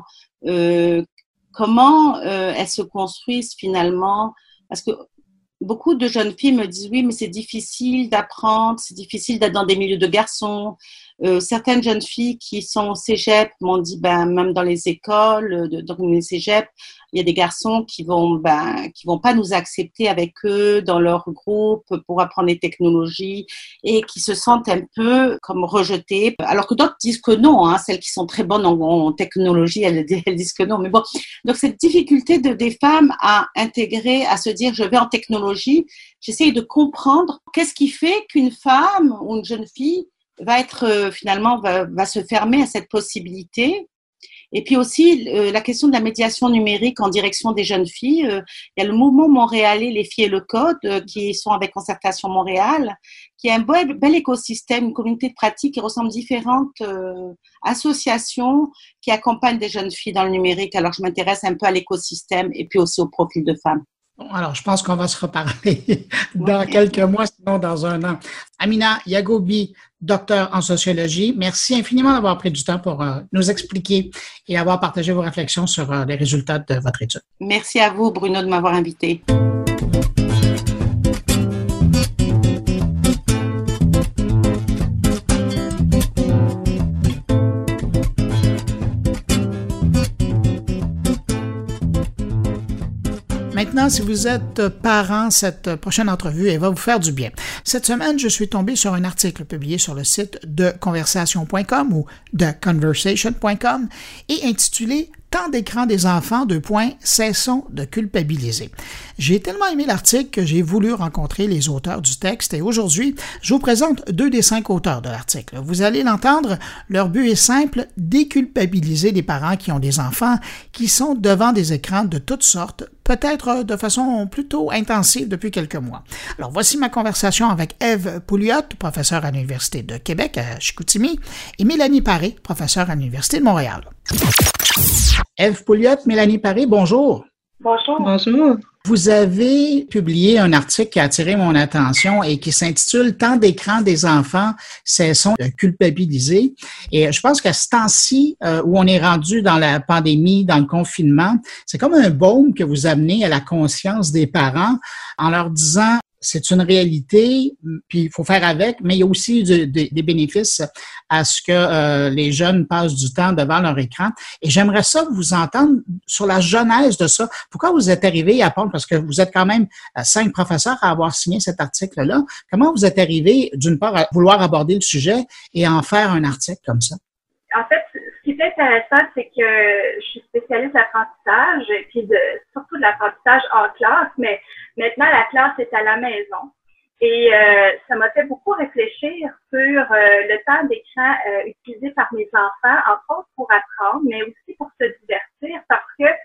Comment elles se construisent finalement? Parce que beaucoup de jeunes filles me disent oui, mais c'est difficile d'apprendre, c'est difficile d'être dans des milieux de garçons. Certaines jeunes filles qui sont au cégep m'ont dit, même dans les écoles, dans les cégeps, il y a des garçons qui vont pas nous accepter avec eux dans leur groupe pour apprendre les technologies et qui se sentent un peu comme rejetés. Alors que d'autres disent que non, hein, celles qui sont très bonnes en technologie, elles disent que non. Mais bon, donc cette difficulté des femmes à intégrer, à se dire, je vais en technologie, j'essaye de comprendre qu'est-ce qui fait qu'une femme ou une jeune fille va être finalement va se fermer à cette possibilité. Et puis aussi la question de la médiation numérique en direction des jeunes filles. Il y a le mouvement montréalais Les filles et le code qui sont avec Concertation Montréal, qui est un bel écosystème, une communauté de pratique qui ressemble différentes associations qui accompagnent des jeunes filles dans le numérique. Alors je m'intéresse un peu à l'écosystème et puis aussi au profil de femmes. Bon, alors, je pense qu'on va se reparler dans quelques mois, sinon dans un an. Amina Yaghoubi, docteur en sociologie, merci infiniment d'avoir pris du temps pour nous expliquer et avoir partagé vos réflexions sur les résultats de votre étude. Merci à vous, Bruno, de m'avoir invité. Maintenant, si vous êtes parent, cette prochaine entrevue, elle va vous faire du bien. Cette semaine, je suis tombé sur un article publié sur le site de conversation.com ou de conversation.com et intitulé « Temps d'écran des enfants, : cessons de culpabiliser ». J'ai tellement aimé l'article que j'ai voulu rencontrer les auteurs du texte et aujourd'hui, je vous présente 2 des 5 auteurs de l'article. Vous allez l'entendre, leur but est simple, déculpabiliser les parents qui ont des enfants qui sont devant des écrans de toutes sortes, peut-être de façon plutôt intensive depuis quelques mois. Alors voici ma conversation avec Ève Pouliot, professeure à l'Université de Québec à Chicoutimi, et Mélanie Paré, professeure à l'Université de Montréal. Ève Pouliot, Mélanie Paré, bonjour. Bonjour. Bonjour. Vous avez publié un article qui a attiré mon attention et qui s'intitule « Temps d'écran des enfants, cessons de culpabiliser ». Et je pense qu'à ce temps-ci, où on est rendu dans la pandémie, dans le confinement, c'est comme un baume que vous amenez à la conscience des parents en leur disant c'est une réalité, puis il faut faire avec, mais il y a aussi des bénéfices à ce que les jeunes passent du temps devant leur écran. Et j'aimerais ça vous entendre sur la genèse de ça. Pourquoi vous êtes arrivé à Paul? Parce que vous êtes quand même 5 professeurs à avoir signé cet article-là. Comment vous êtes arrivé, d'une part, à vouloir aborder le sujet et à en faire un article comme ça? En fait, ce qui est intéressant, c'est que je suis spécialiste d'apprentissage, et puis surtout de l'apprentissage en classe, mais maintenant, la classe est à la maison. Et ça m'a fait beaucoup réfléchir sur le temps d'écran utilisé par mes enfants, entre autres pour apprendre, mais aussi pour se divertir, parce que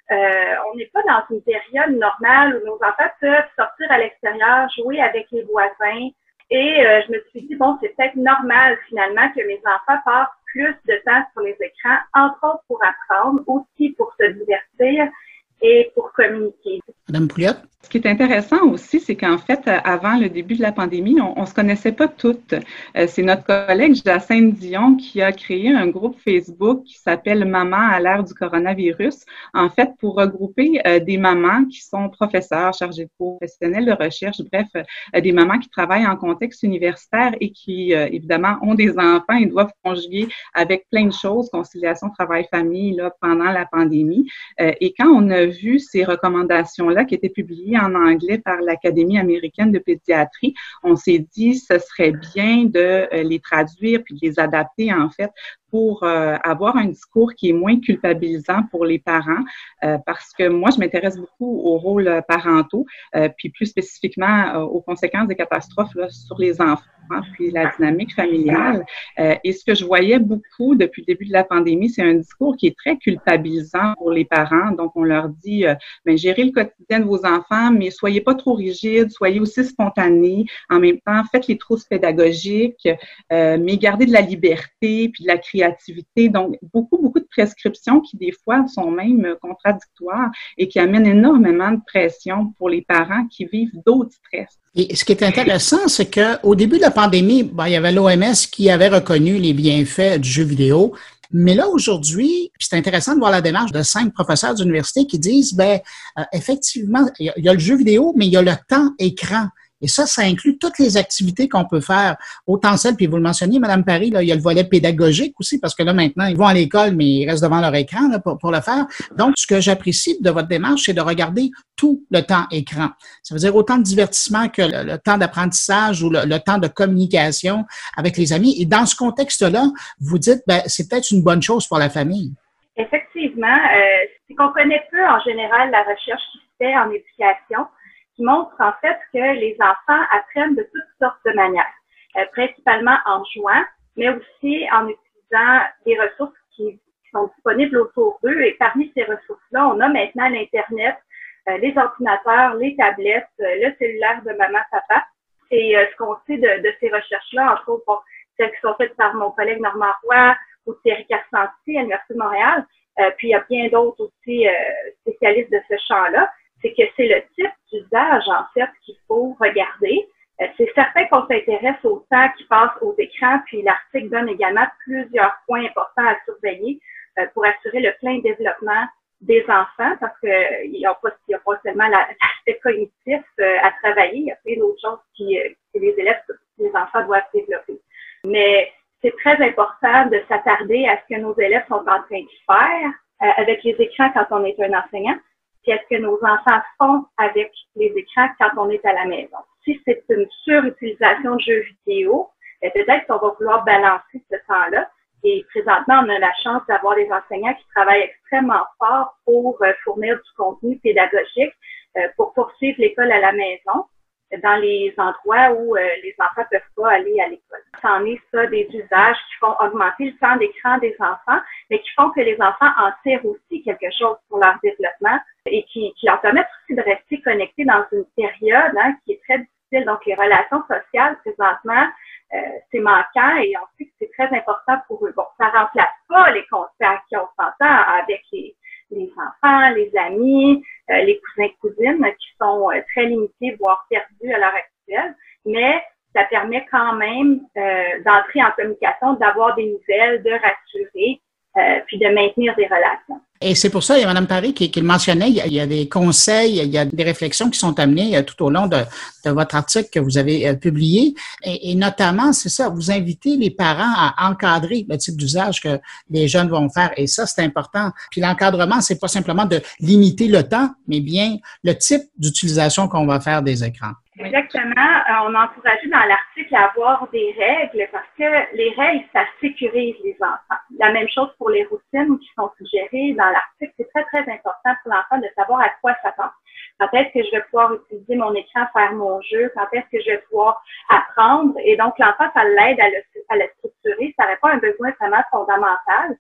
on n'est pas dans une période normale où nos enfants peuvent sortir à l'extérieur, jouer avec les voisins. Et je me suis dit, bon, c'est peut-être normal finalement que mes enfants passent plus de temps sur les écrans, entre autres pour apprendre, aussi pour se divertir et pour communiquer. Madame Pouliot? Ce qui est intéressant aussi, c'est qu'en fait, avant le début de la pandémie, on se connaissait pas toutes. C'est notre collègue Jacinthe Dion qui a créé un groupe Facebook qui s'appelle Maman à l'ère du coronavirus, en fait, pour regrouper des mamans qui sont professeurs, chargés de cours, professionnels de recherche, bref, des mamans qui travaillent en contexte universitaire et qui, évidemment, ont des enfants et doivent conjuguer avec plein de choses, conciliation travail-famille, là, pendant la pandémie. Et quand on a vu ces recommandations-là qui étaient publiées en anglais par l'Académie américaine de pédiatrie, on s'est dit ce serait bien de les traduire puis de les adapter en fait pour avoir un discours qui est moins culpabilisant pour les parents parce que moi, je m'intéresse beaucoup aux rôles parentaux puis plus spécifiquement aux conséquences des catastrophes là, sur les enfants puis la dynamique familiale. Et ce que je voyais beaucoup depuis le début de la pandémie, c'est un discours qui est très culpabilisant pour les parents. Donc, on leur dit, gérez le quotidien de vos enfants, mais soyez pas trop rigides, soyez aussi spontanés. En même temps, faites les trousses pédagogiques, mais gardez de la liberté puis de la créativité. Donc, beaucoup de prescriptions qui, des fois, sont même contradictoires et qui amènent énormément de pression pour les parents qui vivent d'autres stress. Et ce qui est intéressant, c'est qu'au début de la pandémie, il y avait l'OMS qui avait reconnu les bienfaits du jeu vidéo. Mais là, aujourd'hui, c'est intéressant de voir la démarche de 5 professeurs d'université qui disent, effectivement, il y a le jeu vidéo, mais il y a le temps écran. Et ça inclut toutes les activités qu'on peut faire, autant celles, puis vous le mentionniez, Madame Paris, là, il y a le volet pédagogique aussi, parce que là, maintenant, ils vont à l'école, mais ils restent devant leur écran là, pour le faire. Donc, ce que j'apprécie de votre démarche, c'est de regarder tout le temps écran. Ça veut dire autant de divertissement que le temps d'apprentissage ou le temps de communication avec les amis. Et dans ce contexte-là, vous dites, c'est peut-être une bonne chose pour la famille. Effectivement, c'est qu'on connaît peu en général la recherche qui se fait en éducation, qui montre en fait que les enfants apprennent de toutes sortes de manières, principalement en jouant, mais aussi en utilisant des ressources qui sont disponibles autour d'eux. Et parmi ces ressources-là, on a maintenant l'Internet, les ordinateurs, les tablettes, le cellulaire de maman, papa. Et ce qu'on sait de ces recherches-là, entre autres, celles qui sont faites par mon collègue Normand Roy ou Thierry Carcenti à l'Université de Montréal, puis il y a bien d'autres aussi spécialistes de ce champ-là, c'est que c'est le type d'usage, en fait, qu'il faut regarder. C'est certain qu'on s'intéresse au temps qui passe aux écrans, puis l'article donne également plusieurs points importants à surveiller pour assurer le plein développement des enfants, parce qu'il n'y a pas seulement l'aspect cognitif à travailler, il y a plein d'autres choses que les élèves, les enfants doivent développer. Mais c'est très important de s'attarder à ce que nos élèves sont en train de faire avec les écrans quand on est un enseignant. Qu'est-ce que nos enfants font avec les écrans quand on est à la maison. Si c'est une surutilisation de jeux vidéo, peut-être qu'on va vouloir balancer ce temps-là. Et présentement, on a la chance d'avoir des enseignants qui travaillent extrêmement fort pour fournir du contenu pédagogique, pour poursuivre l'école à la maison, dans les endroits où les enfants ne peuvent pas aller à l'école. C'en est ça des usages qui font augmenter le temps d'écran des enfants, mais qui font que les enfants en tirent aussi quelque chose pour leur développement et qui leur permettent aussi de rester connectés dans une période qui est très difficile. Donc, les relations sociales, présentement, c'est manquant et on sait que c'est très important pour eux. Bon, ça remplace pas les contacts qu'on s'entend avec les enfants, les amis, les cousins, cousines qui sont très limités, voire perdus à l'heure actuelle, mais ça permet quand même d'entrer en communication, d'avoir des nouvelles, de rassurer, puis de maintenir des relations. Et c'est pour ça, il y a Mme Paris qui le mentionnait, il y a des conseils, il y a des réflexions qui sont amenées tout au long de votre article que vous avez publié. Et notamment, c'est ça, vous invitez les parents à encadrer le type d'usage que les jeunes vont faire. Et ça, c'est important. Puis l'encadrement, c'est pas simplement de limiter le temps, mais bien le type d'utilisation qu'on va faire des écrans. Exactement. On a encouragé dans l'article à avoir des règles parce que les règles, ça sécurise les enfants. La même chose pour les routines qui sont suggérées dans l'article. C'est très, très important pour l'enfant de savoir à quoi s'attendre. Quand est-ce que je vais pouvoir utiliser mon écran, faire mon jeu? Quand est-ce que je vais pouvoir apprendre? Et donc, l'enfant, ça l'aide à le structurer. Ça répond à un besoin vraiment fondamental.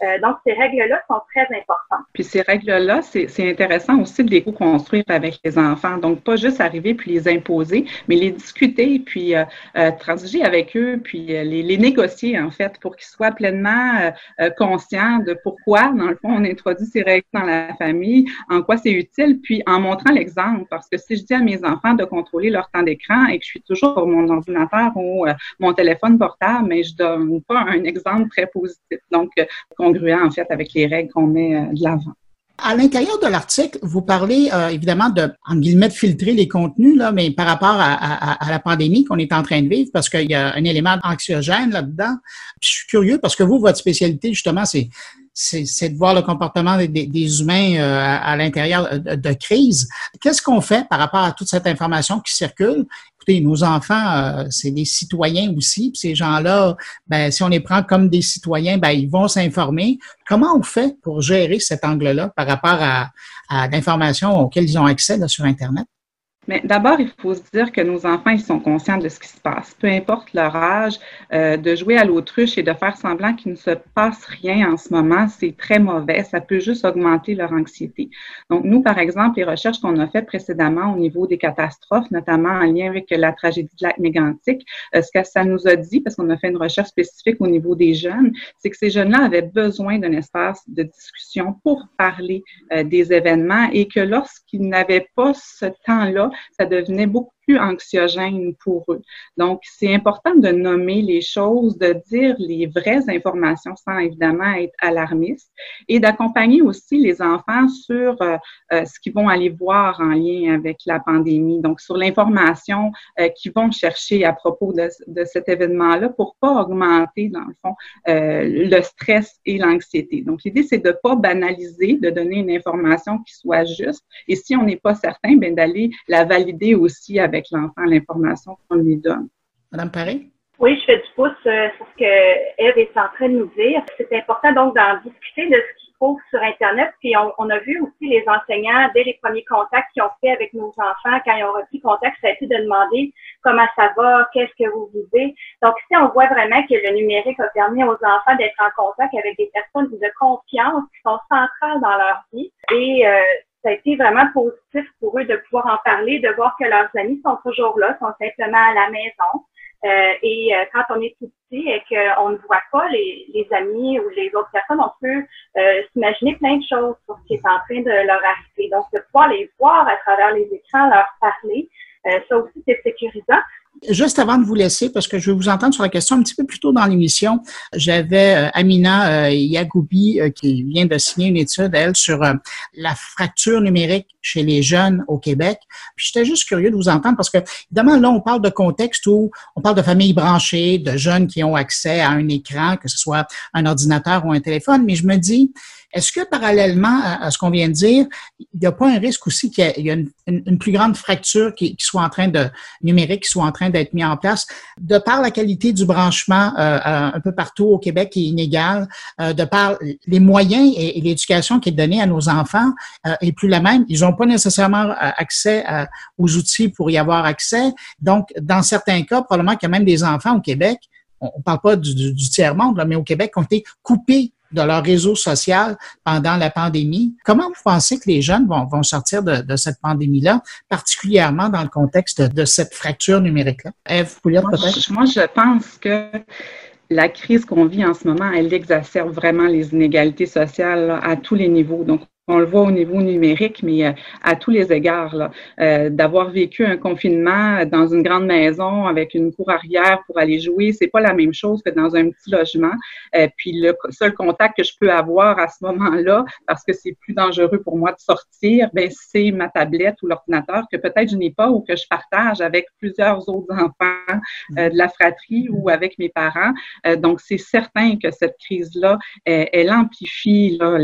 Donc, ces règles-là sont très importantes. Puis ces règles-là, c'est intéressant aussi de les co-construire avec les enfants. Donc, pas juste arriver puis les imposer, mais les discuter, puis transiger avec eux, puis les négocier, en fait, pour qu'ils soient pleinement conscients de pourquoi, dans le fond, on introduit ces règles dans la famille, en quoi c'est utile, puis en montrant l'exemple. Parce que si je dis à mes enfants de contrôler leur temps d'écran et que je suis toujours sur mon ordinateur ou mon téléphone portable, mais je donne pas un exemple très positif. Donc, congruent, en fait, avec les règles qu'on met de l'avant. À l'intérieur de l'article, vous parlez évidemment en guillemets, de filtrer les contenus, là, mais par rapport à la pandémie qu'on est en train de vivre, parce qu'il y a un élément anxiogène là-dedans. Puis je suis curieux parce que vous, votre spécialité, justement, c'est de voir le comportement des humains à l'intérieur de crise. Qu'est-ce qu'on fait par rapport à toute cette information qui circule? Écoutez, nos enfants, c'est des citoyens aussi, puis ces gens-là, ben, si on les prend comme des citoyens, ben, ils vont s'informer. Comment on fait pour gérer cet angle-là par rapport à l'information auquel ils ont accès là, sur Internet? Mais d'abord, il faut se dire que nos enfants, ils sont conscients de ce qui se passe. Peu importe leur âge, de jouer à l'autruche et de faire semblant qu'il ne se passe rien en ce moment, c'est très mauvais. Ça peut juste augmenter leur anxiété. Donc, nous, par exemple, les recherches qu'on a faites précédemment au niveau des catastrophes, notamment en lien avec la tragédie de lac Mégantic, ce que ça nous a dit, parce qu'on a fait une recherche spécifique au niveau des jeunes, c'est que ces jeunes-là avaient besoin d'un espace de discussion pour parler des événements et que lorsqu'ils n'avaient pas ce temps-là, ça devenait beaucoup plus anxiogène pour eux. Donc, c'est important de nommer les choses, de dire les vraies informations sans évidemment être alarmiste et d'accompagner aussi les enfants sur ce qu'ils vont aller voir en lien avec la pandémie, donc sur l'information qu'ils vont chercher à propos de cet événement-là pour pas augmenter, dans le fond, le stress et l'anxiété. Donc, l'idée, c'est de pas banaliser, de donner une information qui soit juste et si on n'est pas certain, bien d'aller la valider aussi avec l'enfant, l'information qu'on lui donne. Madame Paré? Oui, je fais du pouce sur ce que Ève est en train de nous dire. C'est important donc d'en discuter de ce qu'ils trouvent sur Internet. Puis on a vu aussi les enseignants, dès les premiers contacts qu'ils ont fait avec nos enfants, quand ils ont repris contact, ça a été de demander comment ça va, qu'est-ce que vous vivez. Donc ici, on voit vraiment que le numérique a permis aux enfants d'être en contact avec des personnes de confiance qui sont centrales dans leur vie. Et ça a été vraiment positif pour eux de pouvoir en parler, de voir que leurs amis sont toujours là, sont simplement à la maison. Quand on est tout petit et qu'on ne voit pas les amis ou les autres personnes, on peut s'imaginer plein de choses sur ce qui est en train de leur arriver. Donc, de pouvoir les voir à travers les écrans, leur parler, ça aussi, c'est sécurisant. Juste avant de vous laisser, parce que je vais vous entendre sur la question un petit peu plus tôt dans l'émission, j'avais Amina Yagoubi qui vient de signer une étude, elle, sur la fracture numérique chez les jeunes au Québec. Puis j'étais juste curieux de vous entendre parce que, évidemment, là, on parle de contexte où on parle de familles branchées, de jeunes qui ont accès à un écran, que ce soit un ordinateur ou un téléphone, mais je me dis, est-ce que parallèlement à ce qu'on vient de dire, il n'y a pas un risque aussi qu'il y a une plus grande fracture qui soit en train de numérique, qui soit en train d'être mis en place, de par la qualité du branchement un peu partout au Québec qui est inégale, de par les moyens et l'éducation qui est donnée à nos enfants est plus la même. Ils n'ont pas nécessairement accès aux outils pour y avoir accès. Donc, dans certains cas, probablement qu'il y a même des enfants au Québec, on ne parle pas du tiers-monde, là, mais au Québec, qui ont été coupés de leur réseau social pendant la pandémie. Comment vous pensez que les jeunes vont sortir de cette pandémie-là, particulièrement dans le contexte de cette fracture numérique-là? Ève Pouliot, peut-être? Moi, je pense que la crise qu'on vit en ce moment, elle exacerbe vraiment les inégalités sociales là, à tous les niveaux. Donc, on le voit au niveau numérique, mais à tous les égards, là. D'avoir vécu un confinement dans une grande maison avec une cour arrière pour aller jouer, c'est pas la même chose que dans un petit logement. Puis le seul contact que je peux avoir à ce moment-là, parce que c'est plus dangereux pour moi de sortir, ben c'est ma tablette ou l'ordinateur que peut-être je n'ai pas ou que je partage avec plusieurs autres enfants de la fratrie ou avec mes parents. Donc c'est certain que cette crise-là, elle amplifie là,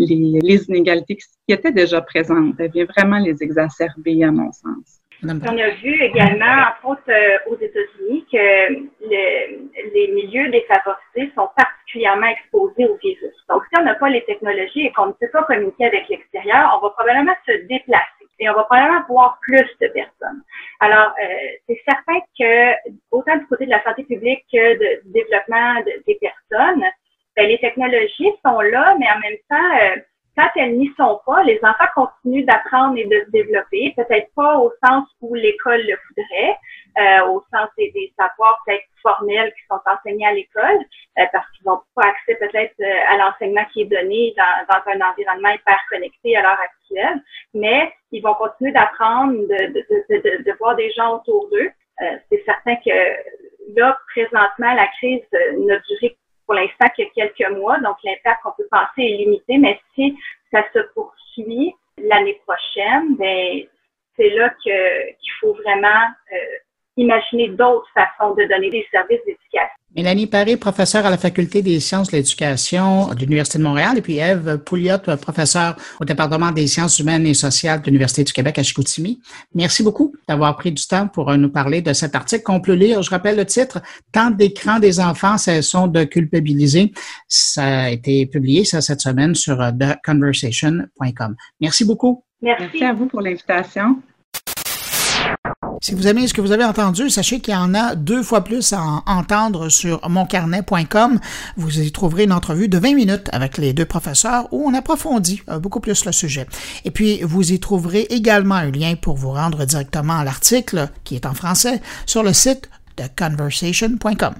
les inégalités qui étaient déjà présentes. Elle vient vraiment les exacerber, à mon sens. On a vu également, entre autres aux États-Unis, que les milieux défavorisés sont particulièrement exposés au virus. Donc, si on n'a pas les technologies et qu'on ne peut pas communiquer avec l'extérieur, on va probablement se déplacer et on va probablement voir plus de personnes. Alors, c'est certain que, autant du côté de la santé publique que du développement des personnes, les technologies sont là, mais en même temps, quand elles n'y sont pas, les enfants continuent d'apprendre et de se développer, peut-être pas au sens où l'école le voudrait, au sens des savoirs peut-être formels qui sont enseignés à l'école, parce qu'ils n'ont pas accès peut-être à l'enseignement qui est donné dans un environnement hyper connecté à l'heure actuelle, mais ils vont continuer d'apprendre, de voir des gens autour d'eux. C'est certain que là, présentement, la crise n'a duré pour l'instant que quelques mois, donc l'impact qu'on peut penser est limité, mais si ça se poursuit l'année prochaine, ben c'est là qu'il faut vraiment imaginer d'autres façons de donner des services d'éducation. Mélanie Paré, professeure à la Faculté des sciences de l'éducation de l'Université de Montréal, et puis Ève Pouliot, professeure au département des sciences humaines et sociales de l'Université du Québec à Chicoutimi. Merci beaucoup d'avoir pris du temps pour nous parler de cet article qu'on peut lire. Je rappelle le titre, « Temps d'écran des enfants, cessons de culpabiliser ». Ça a été publié cette semaine sur theconversation.com. Merci beaucoup. Merci à vous pour l'invitation. Si vous aimez ce que vous avez entendu, sachez qu'il y en a 2 fois plus à entendre sur moncarnet.com. Vous y trouverez une entrevue de 20 minutes avec les 2 professeurs où on approfondit beaucoup plus le sujet. Et puis, vous y trouverez également un lien pour vous rendre directement à l'article, qui est en français, sur le site de conversation.com.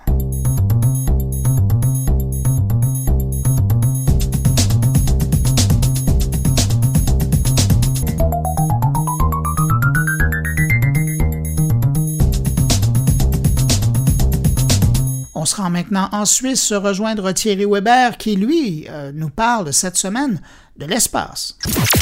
On se rend maintenant en Suisse rejoindre Thierry Weber qui, lui, nous parle cette semaine de l'espace.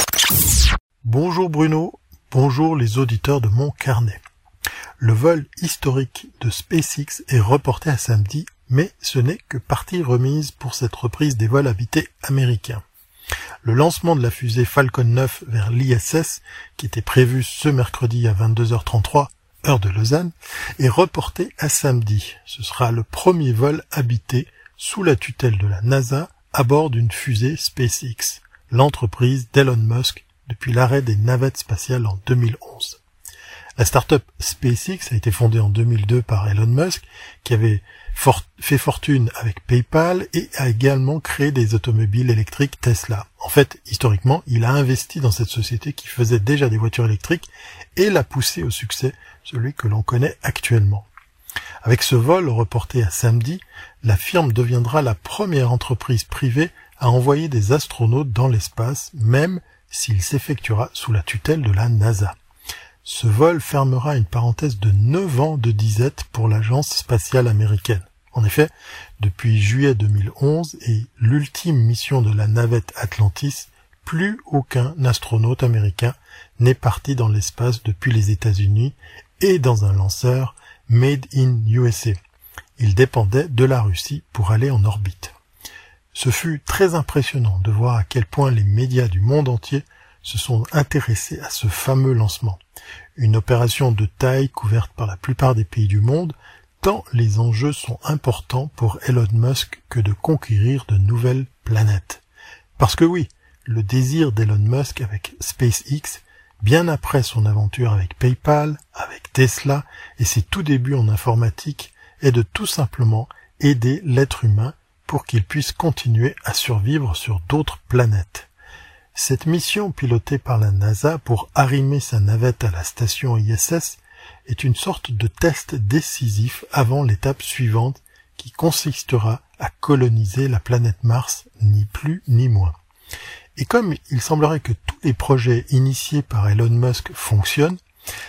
Bonjour Bruno, bonjour les auditeurs de Mon Carnet. Le vol historique de SpaceX est reporté à samedi, mais ce n'est que partie remise pour cette reprise des vols habités américains. Le lancement de la fusée Falcon 9 vers l'ISS, qui était prévu ce mercredi à 22h33, heure de Lausanne, est reporté à samedi. Ce sera le premier vol habité sous la tutelle de la NASA à bord d'une fusée SpaceX, l'entreprise d'Elon Musk depuis l'arrêt des navettes spatiales en 2011. La start-up SpaceX a été fondée en 2002 par Elon Musk, qui avait fait fortune avec PayPal et a également créé des automobiles électriques Tesla. En fait, historiquement, il a investi dans cette société qui faisait déjà des voitures électriques et l'a poussé au succès, celui que l'on connaît actuellement. Avec ce vol reporté à samedi, la firme deviendra la première entreprise privée à envoyer des astronautes dans l'espace, même s'il s'effectuera sous la tutelle de la NASA. Ce vol fermera une parenthèse de 9 ans de disette pour l'agence spatiale américaine. En effet, depuis juillet 2011 et l'ultime mission de la navette Atlantis, plus aucun astronaute américain n'est parti dans l'espace depuis les États-Unis et dans un lanceur Made in USA. Il dépendait de la Russie pour aller en orbite. Ce fut très impressionnant de voir à quel point les médias du monde entier se sont intéressés à ce fameux lancement. Une opération de taille couverte par la plupart des pays du monde, tant les enjeux sont importants pour Elon Musk que de conquérir de nouvelles planètes. Parce que oui, le désir d'Elon Musk avec SpaceX, bien après son aventure avec PayPal, avec Tesla et ses tout débuts en informatique, est de tout simplement aider l'être humain pour qu'il puisse continuer à survivre sur d'autres planètes. Cette mission pilotée par la NASA pour arrimer sa navette à la station ISS est une sorte de test décisif avant l'étape suivante qui consistera à coloniser la planète Mars, ni plus ni moins. Et comme il semblerait que tous les projets initiés par Elon Musk fonctionnent,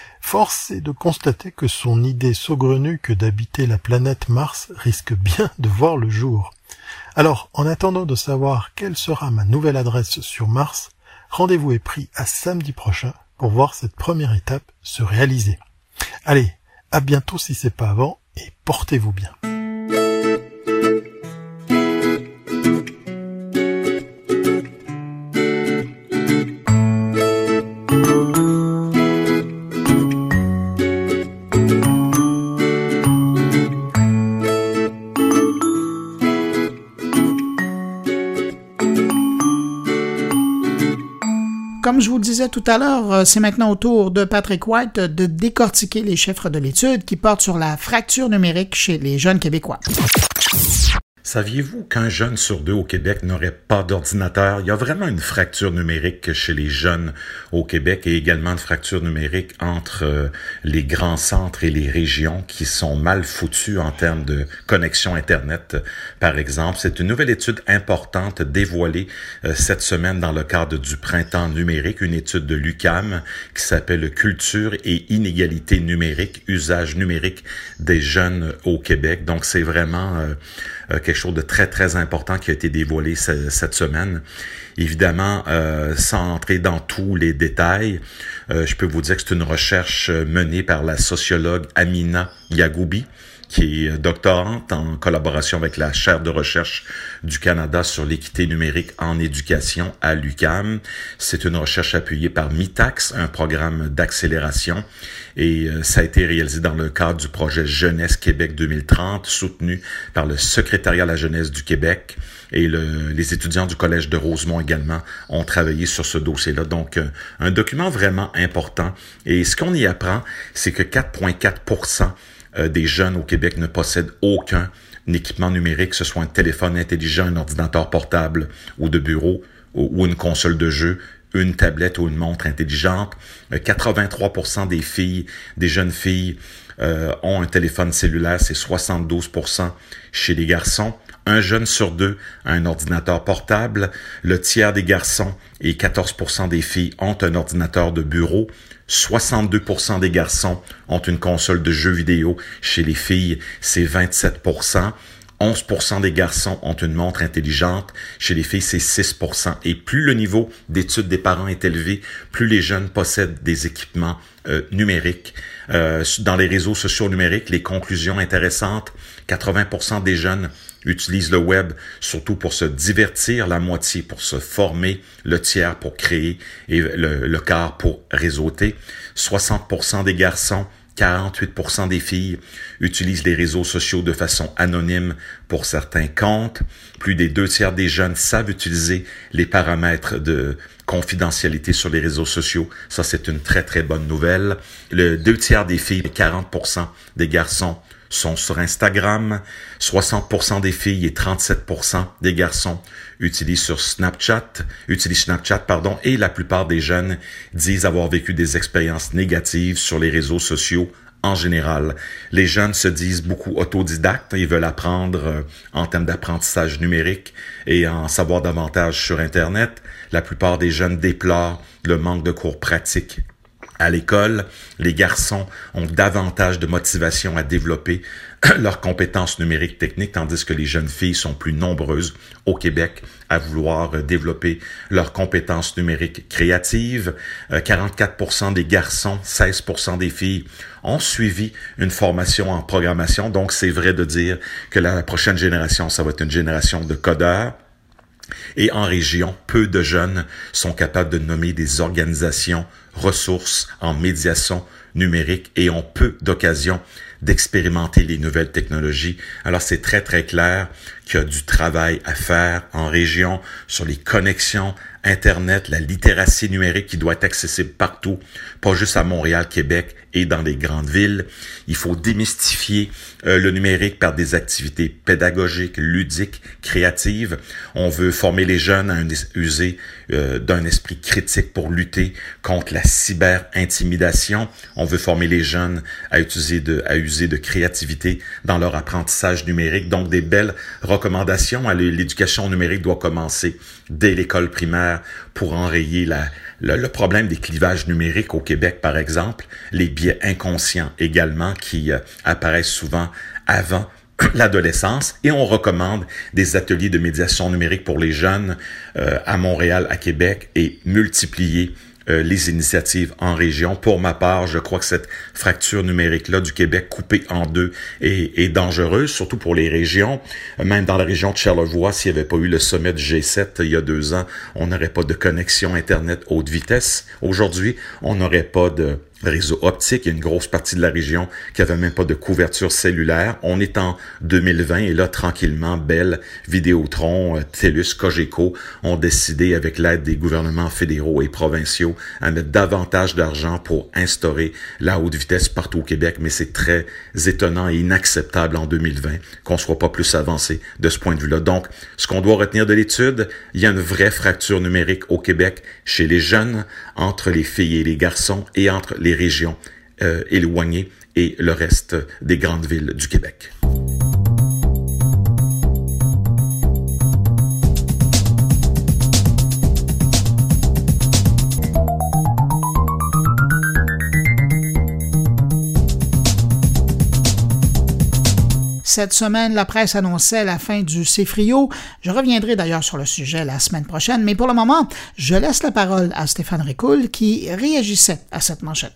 force est de constater que son idée saugrenue que d'habiter la planète Mars risque bien de voir le jour. Alors, en attendant de savoir quelle sera ma nouvelle adresse sur Mars, rendez-vous est pris à samedi prochain pour voir cette première étape se réaliser. Allez, à bientôt si c'est pas avant, et portez-vous bien. Comme je vous le disais tout à l'heure, c'est maintenant au tour de Patrick White de décortiquer les chiffres de l'étude qui porte sur la fracture numérique chez les jeunes Québécois. Saviez-vous qu'un jeune sur 2 au Québec n'aurait pas d'ordinateur? Il y a vraiment une fracture numérique chez les jeunes au Québec et également une fracture numérique entre les grands centres et les régions qui sont mal foutues en termes de connexion Internet, par exemple. C'est une nouvelle étude importante dévoilée cette semaine dans le cadre du printemps numérique, une étude de l'UQAM qui s'appelle « Culture et inégalité numérique, usage numérique des jeunes au Québec ». Donc, c'est vraiment quelque chose de très, très important qui a été dévoilé cette semaine. Évidemment, sans entrer dans tous les détails, je peux vous dire que c'est une recherche menée par la sociologue Amina Yagoubi, qui est doctorante en collaboration avec la chaire de recherche du Canada sur l'équité numérique en éducation à l'UQAM. C'est une recherche appuyée par Mitax, un programme d'accélération, et ça a été réalisé dans le cadre du projet Jeunesse Québec 2030, soutenu par le Secrétariat à la jeunesse du Québec, et les étudiants du Collège de Rosemont également ont travaillé sur ce dossier-là. Donc, un document vraiment important. Et ce qu'on y apprend, c'est que 4,4% des jeunes au Québec ne possèdent aucun équipement numérique, que ce soit un téléphone intelligent, un ordinateur portable ou de bureau ou une console de jeu, une tablette ou une montre intelligente. 83% des jeunes filles ont un téléphone cellulaire, c'est 72% chez les garçons. Un jeune sur 2 a un ordinateur portable. Le tiers des garçons et 14% des filles ont un ordinateur de bureau. 62% des garçons ont une console de jeux vidéo. Chez les filles, c'est 27%. 11% des garçons ont une montre intelligente. Chez les filles, c'est 6%. Et plus le niveau d'études des parents est élevé, plus les jeunes possèdent des équipements numériques. Dans les réseaux sociaux numériques, les conclusions intéressantes, 80% des jeunes utilisent le web surtout pour se divertir, la moitié pour se former, le tiers pour créer et le quart pour réseauter. 60% des garçons, 48% des filles utilisent les réseaux sociaux de façon anonyme pour certains comptes. Plus des 2/3 des jeunes savent utiliser les paramètres de confidentialité sur les réseaux sociaux. Ça, c'est une très, très bonne nouvelle. Le 2/3 des filles et 40% des garçons sont sur Instagram. 60% des filles et 37% des garçons utilisent Snapchat, et la plupart des jeunes disent avoir vécu des expériences négatives sur les réseaux sociaux en général. Les jeunes se disent beaucoup autodidactes, ils veulent apprendre en termes d'apprentissage numérique et en savoir davantage sur Internet. La plupart des jeunes déplorent le manque de cours pratiques à l'école. Les garçons ont davantage de motivation à développer leurs compétences numériques techniques, tandis que les jeunes filles sont plus nombreuses au Québec à vouloir développer leurs compétences numériques créatives. 44% des garçons, 16% des filles ont suivi une formation en programmation. Donc, c'est vrai de dire que la prochaine génération, ça va être une génération de codeurs. Et en région, peu de jeunes sont capables de nommer des organisations ressources en médiation numérique et ont peu d'occasions d'expérimenter les nouvelles technologies. Alors, c'est très, très clair qu'il y a du travail à faire en région sur les connexions Internet, la littératie numérique qui doit être accessible partout, pas juste à Montréal, Québec et dans les grandes villes. Il faut démystifier le numérique par des activités pédagogiques, ludiques, créatives. On veut former les jeunes à user d'un esprit critique pour lutter contre la cyber-intimidation. On veut former les jeunes à user de créativité dans leur apprentissage numérique. Donc, des belles recommandations. L'éducation numérique doit commencer dès l'école primaire pour enrayer le problème des clivages numériques au Québec, par exemple, les biais inconscients également qui apparaissent souvent avant l'adolescence, et on recommande des ateliers de médiation numérique pour les jeunes à Montréal, à Québec, et multiplier les initiatives en région. Pour ma part, je crois que cette fracture numérique-là du Québec coupée en deux est dangereuse, surtout pour les régions. Même dans la région de Charlevoix, s'il n'y avait pas eu le sommet du G7 il y a 2 ans, on n'aurait pas de connexion Internet haute vitesse. Aujourd'hui, on n'aurait pas de réseau optique. Il y a une grosse partie de la région qui avait même pas de couverture cellulaire. On est en 2020 et là, tranquillement, Bell, Vidéotron, TELUS, Cogeco ont décidé, avec l'aide des gouvernements fédéraux et provinciaux, à mettre davantage d'argent pour instaurer la haute vitesse partout au Québec. Mais c'est très étonnant et inacceptable en 2020 qu'on soit pas plus avancé de ce point de vue-là. Donc, ce qu'on doit retenir de l'étude, il y a une vraie fracture numérique au Québec chez les jeunes, entre les filles et les garçons et entre les régions éloignées et le reste des grandes villes du Québec. Cette semaine, la presse annonçait la fin du CFRIO. Je reviendrai d'ailleurs sur le sujet la semaine prochaine, mais pour le moment, je laisse la parole à Stéphane Ricoul qui réagissait à cette manchette.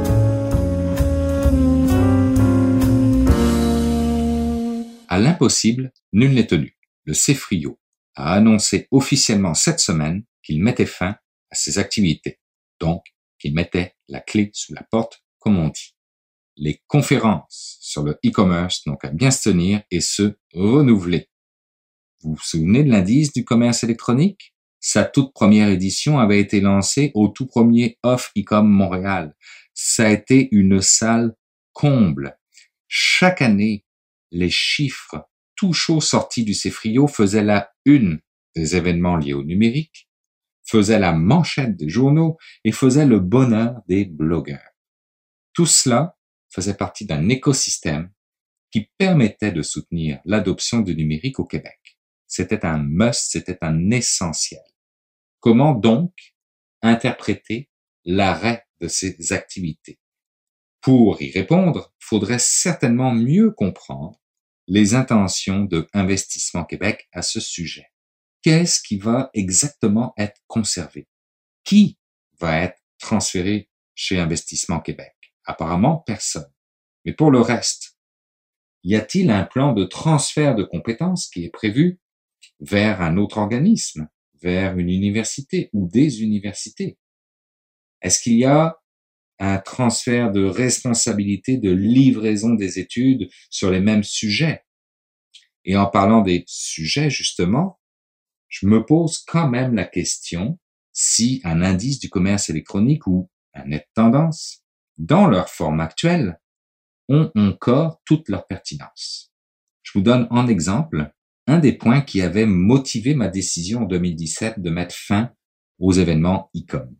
À l'impossible, nul n'est tenu. Le CFRIO a annoncé officiellement cette semaine qu'il mettait fin à ses activités, donc qu'il mettait la clé sous la porte, comme on dit. Les conférences sur le e-commerce n'ont qu'à bien se tenir et se renouveler. Vous vous souvenez de l'indice du commerce électronique? Sa toute première édition avait été lancée au tout premier Off E-com Montréal. Ça a été une salle comble. Chaque année, les chiffres tout chauds sortis du CFRIO faisaient la une des événements liés au numérique, faisaient la manchette des journaux et faisaient le bonheur des blogueurs. Tout cela faisait partie d'un écosystème qui permettait de soutenir l'adoption du numérique au Québec. C'était un must, c'était un essentiel. Comment donc interpréter l'arrêt de ces activités? Pour y répondre, il faudrait certainement mieux comprendre les intentions de Investissement Québec à ce sujet. Qu'est-ce qui va exactement être conservé? Qui va être transféré chez Investissement Québec? Apparemment, personne. Mais pour le reste, y a-t-il un plan de transfert de compétences qui est prévu vers un autre organisme, vers une université ou des universités? Est-ce qu'il y a un transfert de responsabilité de livraison des études sur les mêmes sujets? Et en parlant des sujets, justement, je me pose quand même la question si un indice du commerce électronique ou un net tendance, dans leur forme actuelle, ont encore toute leur pertinence. Je vous donne en exemple un des points qui avait motivé ma décision en 2017 de mettre fin aux événements e-com.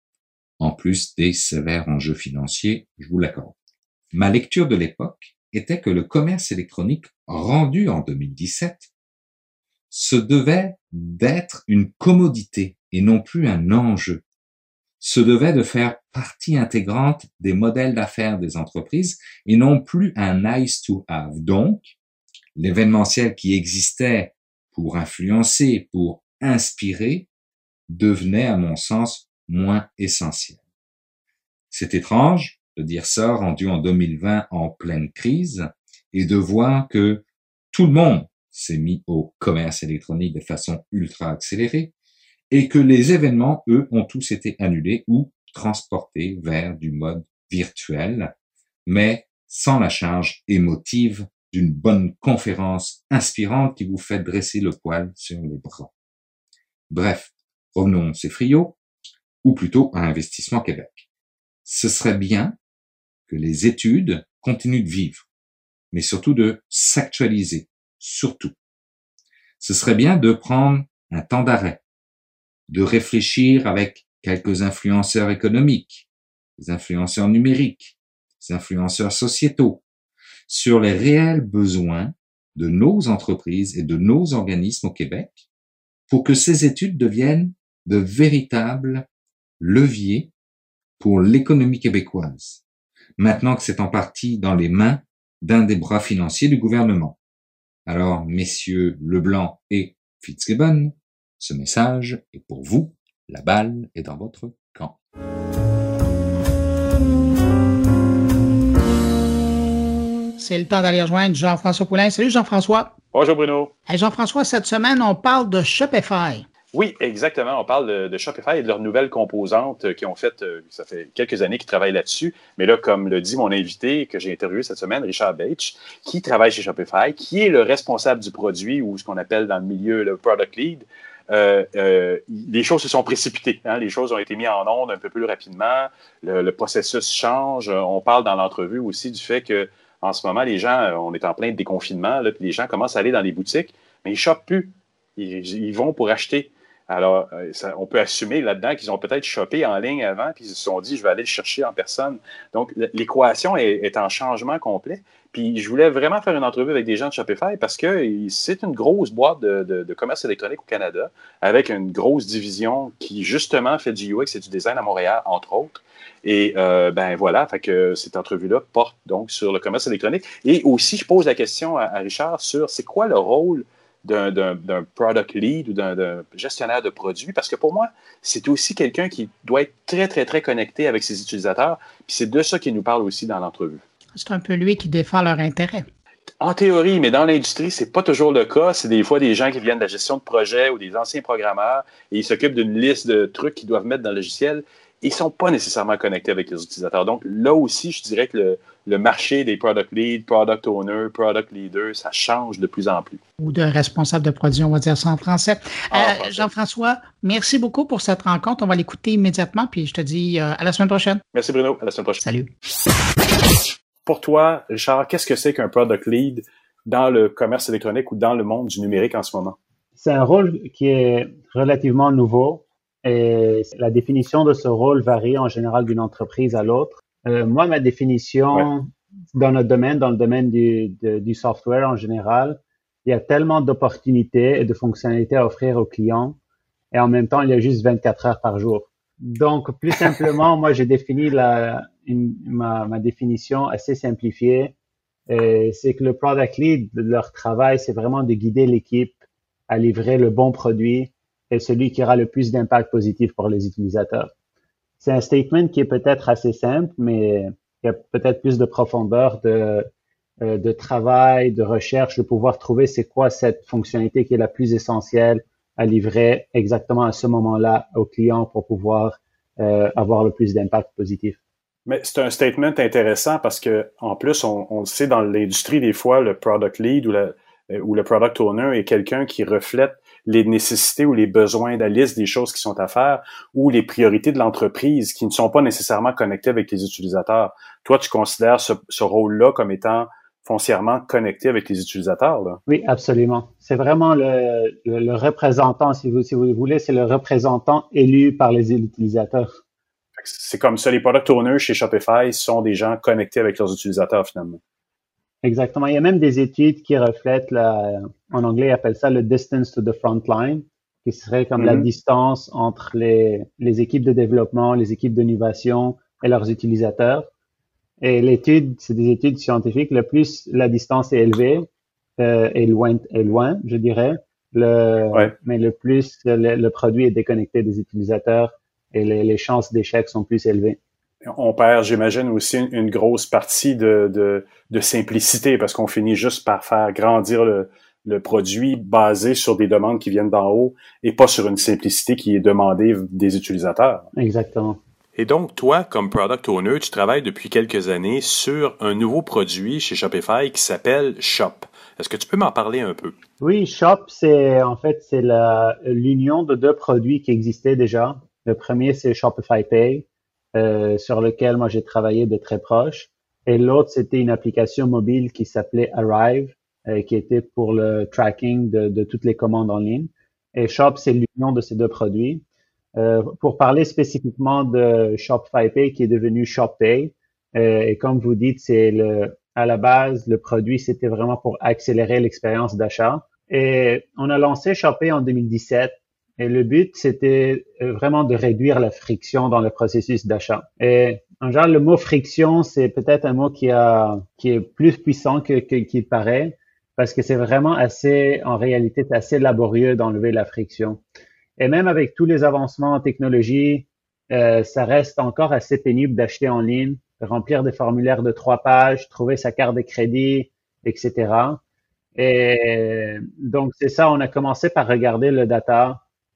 En plus des sévères enjeux financiers, je vous l'accorde. Ma lecture de l'époque était que le commerce électronique rendu en 2017 se devait d'être une commodité et non plus un enjeu, se devait de faire partie intégrante des modèles d'affaires des entreprises et non plus un nice to have. Donc, l'événementiel qui existait pour influencer, pour inspirer, devenait, à mon sens, moins essentiel. C'est étrange de dire ça rendu en 2020 en pleine crise et de voir que tout le monde s'est mis au commerce électronique de façon ultra accélérée et que les événements, eux, ont tous été annulés ou transportés vers du mode virtuel, mais sans la charge émotive d'une bonne conférence inspirante qui vous fait dresser le poil sur les bras. Bref, revenons au CFRIO, ou plutôt à Investissement Québec. Ce serait bien que les études continuent de vivre, mais surtout de s'actualiser, surtout. Ce serait bien de prendre un temps d'arrêt, de réfléchir avec quelques influenceurs économiques, des influenceurs numériques, des influenceurs sociétaux, sur les réels besoins de nos entreprises et de nos organismes au Québec pour que ces études deviennent de véritables leviers pour l'économie québécoise, maintenant que c'est en partie dans les mains d'un des bras financiers du gouvernement. Alors, messieurs Leblanc et Fitzgibbon, ce message est pour vous, la balle est dans votre camp. C'est le temps d'aller rejoindre Jean-François Poulin. Salut Jean-François. Bonjour Bruno. Hey Jean-François, cette semaine, on parle de Shopify. Oui, exactement. On parle de Shopify et de leurs nouvelles composantes qui ont fait, ça fait quelques années qu'ils travaillent là-dessus. Mais là, comme le dit mon invité que j'ai interviewé cette semaine, Richard Beach, qui travaille chez Shopify, qui est le responsable du produit ou ce qu'on appelle dans le milieu le product lead, les choses se sont précipitées. Hein? Les choses ont été mises en onde un peu plus rapidement. Le processus change. On parle dans l'entrevue aussi du fait que en ce moment, les gens, on est en plein déconfinement, là, puis les gens commencent à aller dans les boutiques, mais ils ne shoppent plus. Ils vont pour acheter. Alors, on peut assumer là-dedans qu'ils ont peut-être shoppé en ligne avant, puis ils se sont dit, je vais aller le chercher en personne. Donc, l'équation est en changement complet. Puis, je voulais vraiment faire une entrevue avec des gens de Shopify parce que c'est une grosse boîte de commerce électronique au Canada avec une grosse division qui, justement, fait du UX et du design à Montréal, entre autres. Et ben voilà, fait que cette entrevue-là porte donc sur le commerce électronique. Et aussi, je pose la question à Richard sur c'est quoi le rôle d'un product lead ou d'un gestionnaire de produits, parce que pour moi, c'est aussi quelqu'un qui doit être très, très, très connecté avec ses utilisateurs, puis c'est de ça qu'il nous parle aussi dans l'entrevue. C'est un peu lui qui défend leur intérêt. En théorie, mais dans l'industrie, c'est pas toujours le cas. C'est des fois des gens qui viennent de la gestion de projet ou des anciens programmeurs et ils s'occupent d'une liste de trucs qu'ils doivent mettre dans le logiciel. Ils ne sont pas nécessairement connectés avec les utilisateurs. Donc, là aussi, je dirais que le marché des product leads, product owners, product leaders, ça change de plus en plus. Ou de responsable de produit, on va dire ça en français. Jean-François, merci beaucoup pour cette rencontre. On va l'écouter immédiatement, puis je te dis à la semaine prochaine. Merci Bruno, à la semaine prochaine. Salut. Pour toi, Richard, qu'est-ce que c'est qu'un product lead dans le commerce électronique ou dans le monde du numérique en ce moment? C'est un rôle qui est relativement nouveau. Et la définition de ce rôle varie en général d'une entreprise à l'autre. Moi, ma définition dans notre domaine, dans le domaine du software en général, il y a tellement d'opportunités et de fonctionnalités à offrir aux clients et en même temps, il y a juste 24 heures par jour. Donc, plus simplement, moi, j'ai défini ma définition assez simplifiée. C'est que le product lead, leur travail, c'est vraiment de guider l'équipe à livrer le bon produit et celui qui aura le plus d'impact positif pour les utilisateurs. C'est un statement qui est peut-être assez simple, mais il y a peut-être plus de profondeur de travail, de recherche, de pouvoir trouver c'est quoi cette fonctionnalité qui est la plus essentielle à livrer exactement à ce moment-là au client pour pouvoir avoir le plus d'impact positif. Mais c'est un statement intéressant parce que en plus, on le sait dans l'industrie, des fois, le product lead ou le product owner est quelqu'un qui reflète les nécessités ou les besoins de la liste des choses qui sont à faire ou les priorités de l'entreprise qui ne sont pas nécessairement connectées avec les utilisateurs. Toi, tu considères ce rôle-là comme étant foncièrement connecté avec les utilisateurs, là? Oui, absolument. C'est vraiment le représentant, si vous voulez, c'est le représentant élu par les utilisateurs. C'est comme ça, les product owners chez Shopify sont des gens connectés avec leurs utilisateurs, finalement. Exactement. Il y a même des études qui reflètent, en anglais, ils appellent ça le distance to the front line, qui serait comme la distance entre les équipes de développement, les équipes d'innovation et leurs utilisateurs. Et l'étude, c'est des études scientifiques. Le plus la distance est élevée, est loin, je dirais. Mais le plus le produit est déconnecté des utilisateurs et les chances d'échec sont plus élevées. On perd, j'imagine, aussi une grosse partie de simplicité parce qu'on finit juste par faire grandir le produit basé sur des demandes qui viennent d'en haut et pas sur une simplicité qui est demandée des utilisateurs. Exactement. Et donc, toi, comme product owner, tu travailles depuis quelques années sur un nouveau produit chez Shopify qui s'appelle Shop. Est-ce que tu peux m'en parler un peu? Oui, Shop, c'est l'union de deux produits qui existaient déjà. Le premier, c'est Shopify Pay, sur lequel moi j'ai travaillé de très proche. Et l'autre, c'était une application mobile qui s'appelait Arrive, qui était pour le tracking de toutes les commandes en ligne. Et Shop, c'est l'union de ces deux produits. Pour parler spécifiquement de Shopify Pay qui est devenu Shop Pay, et comme vous dites, à la base, le produit, c'était vraiment pour accélérer l'expérience d'achat. Et on a lancé Shop Pay en 2017. Et le but, c'était vraiment de réduire la friction dans le processus d'achat. Et en général, le mot friction, c'est peut-être un mot qui est plus puissant qu'il paraît, parce que c'est vraiment en réalité, c'est assez laborieux d'enlever la friction. Et même avec tous les avancements en technologie, ça reste encore assez pénible d'acheter en ligne, de remplir des formulaires de 3 pages, trouver sa carte de crédit, etc. Et donc, c'est ça, on a commencé par regarder le data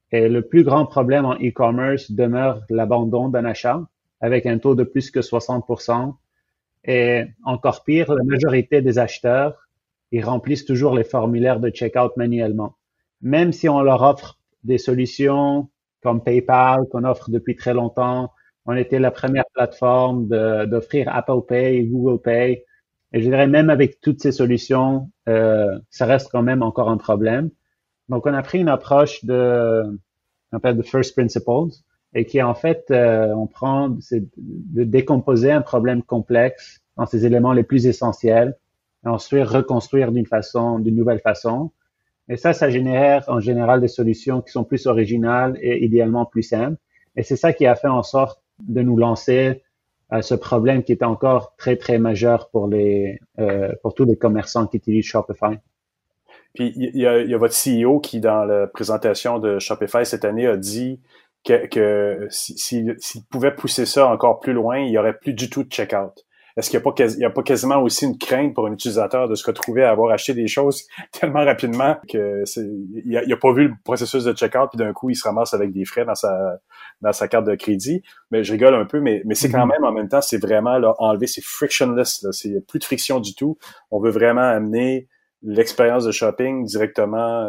Et le plus grand problème en e-commerce demeure l'abandon d'un achat avec un taux de plus que 60%. Et encore pire, la majorité des acheteurs, ils remplissent toujours les formulaires de checkout manuellement. Même si on leur offre des solutions comme PayPal, qu'on offre depuis très longtemps, on était la première plateforme d'offrir Apple Pay, Google Pay. Et je dirais même avec toutes ces solutions, ça reste quand même encore un problème. Donc, on a pris une approche on appelle de first principles, et qui en fait, c'est de décomposer un problème complexe dans ses éléments les plus essentiels, et ensuite reconstruire d'une nouvelle façon. Et ça génère en général des solutions qui sont plus originales et idéalement plus simples. Et c'est ça qui a fait en sorte de nous lancer à ce problème qui est encore très, très majeur pour tous les commerçants qui utilisent Shopify. Puis, il y a votre CEO qui, dans la présentation de Shopify cette année, a dit que s'il pouvait pousser ça encore plus loin, il n'y aurait plus du tout de checkout. Est-ce qu'il n'y a pas quasiment aussi une crainte pour un utilisateur de se retrouver à avoir acheté des choses tellement rapidement il a pas vu le processus de checkout puis d'un coup il se ramasse avec des frais dans sa carte de crédit? Mais je rigole un peu, mais c'est quand même en même temps, c'est vraiment là, enlever, c'est frictionless, là, c'est plus de friction du tout. On veut vraiment amener l'expérience de shopping directement.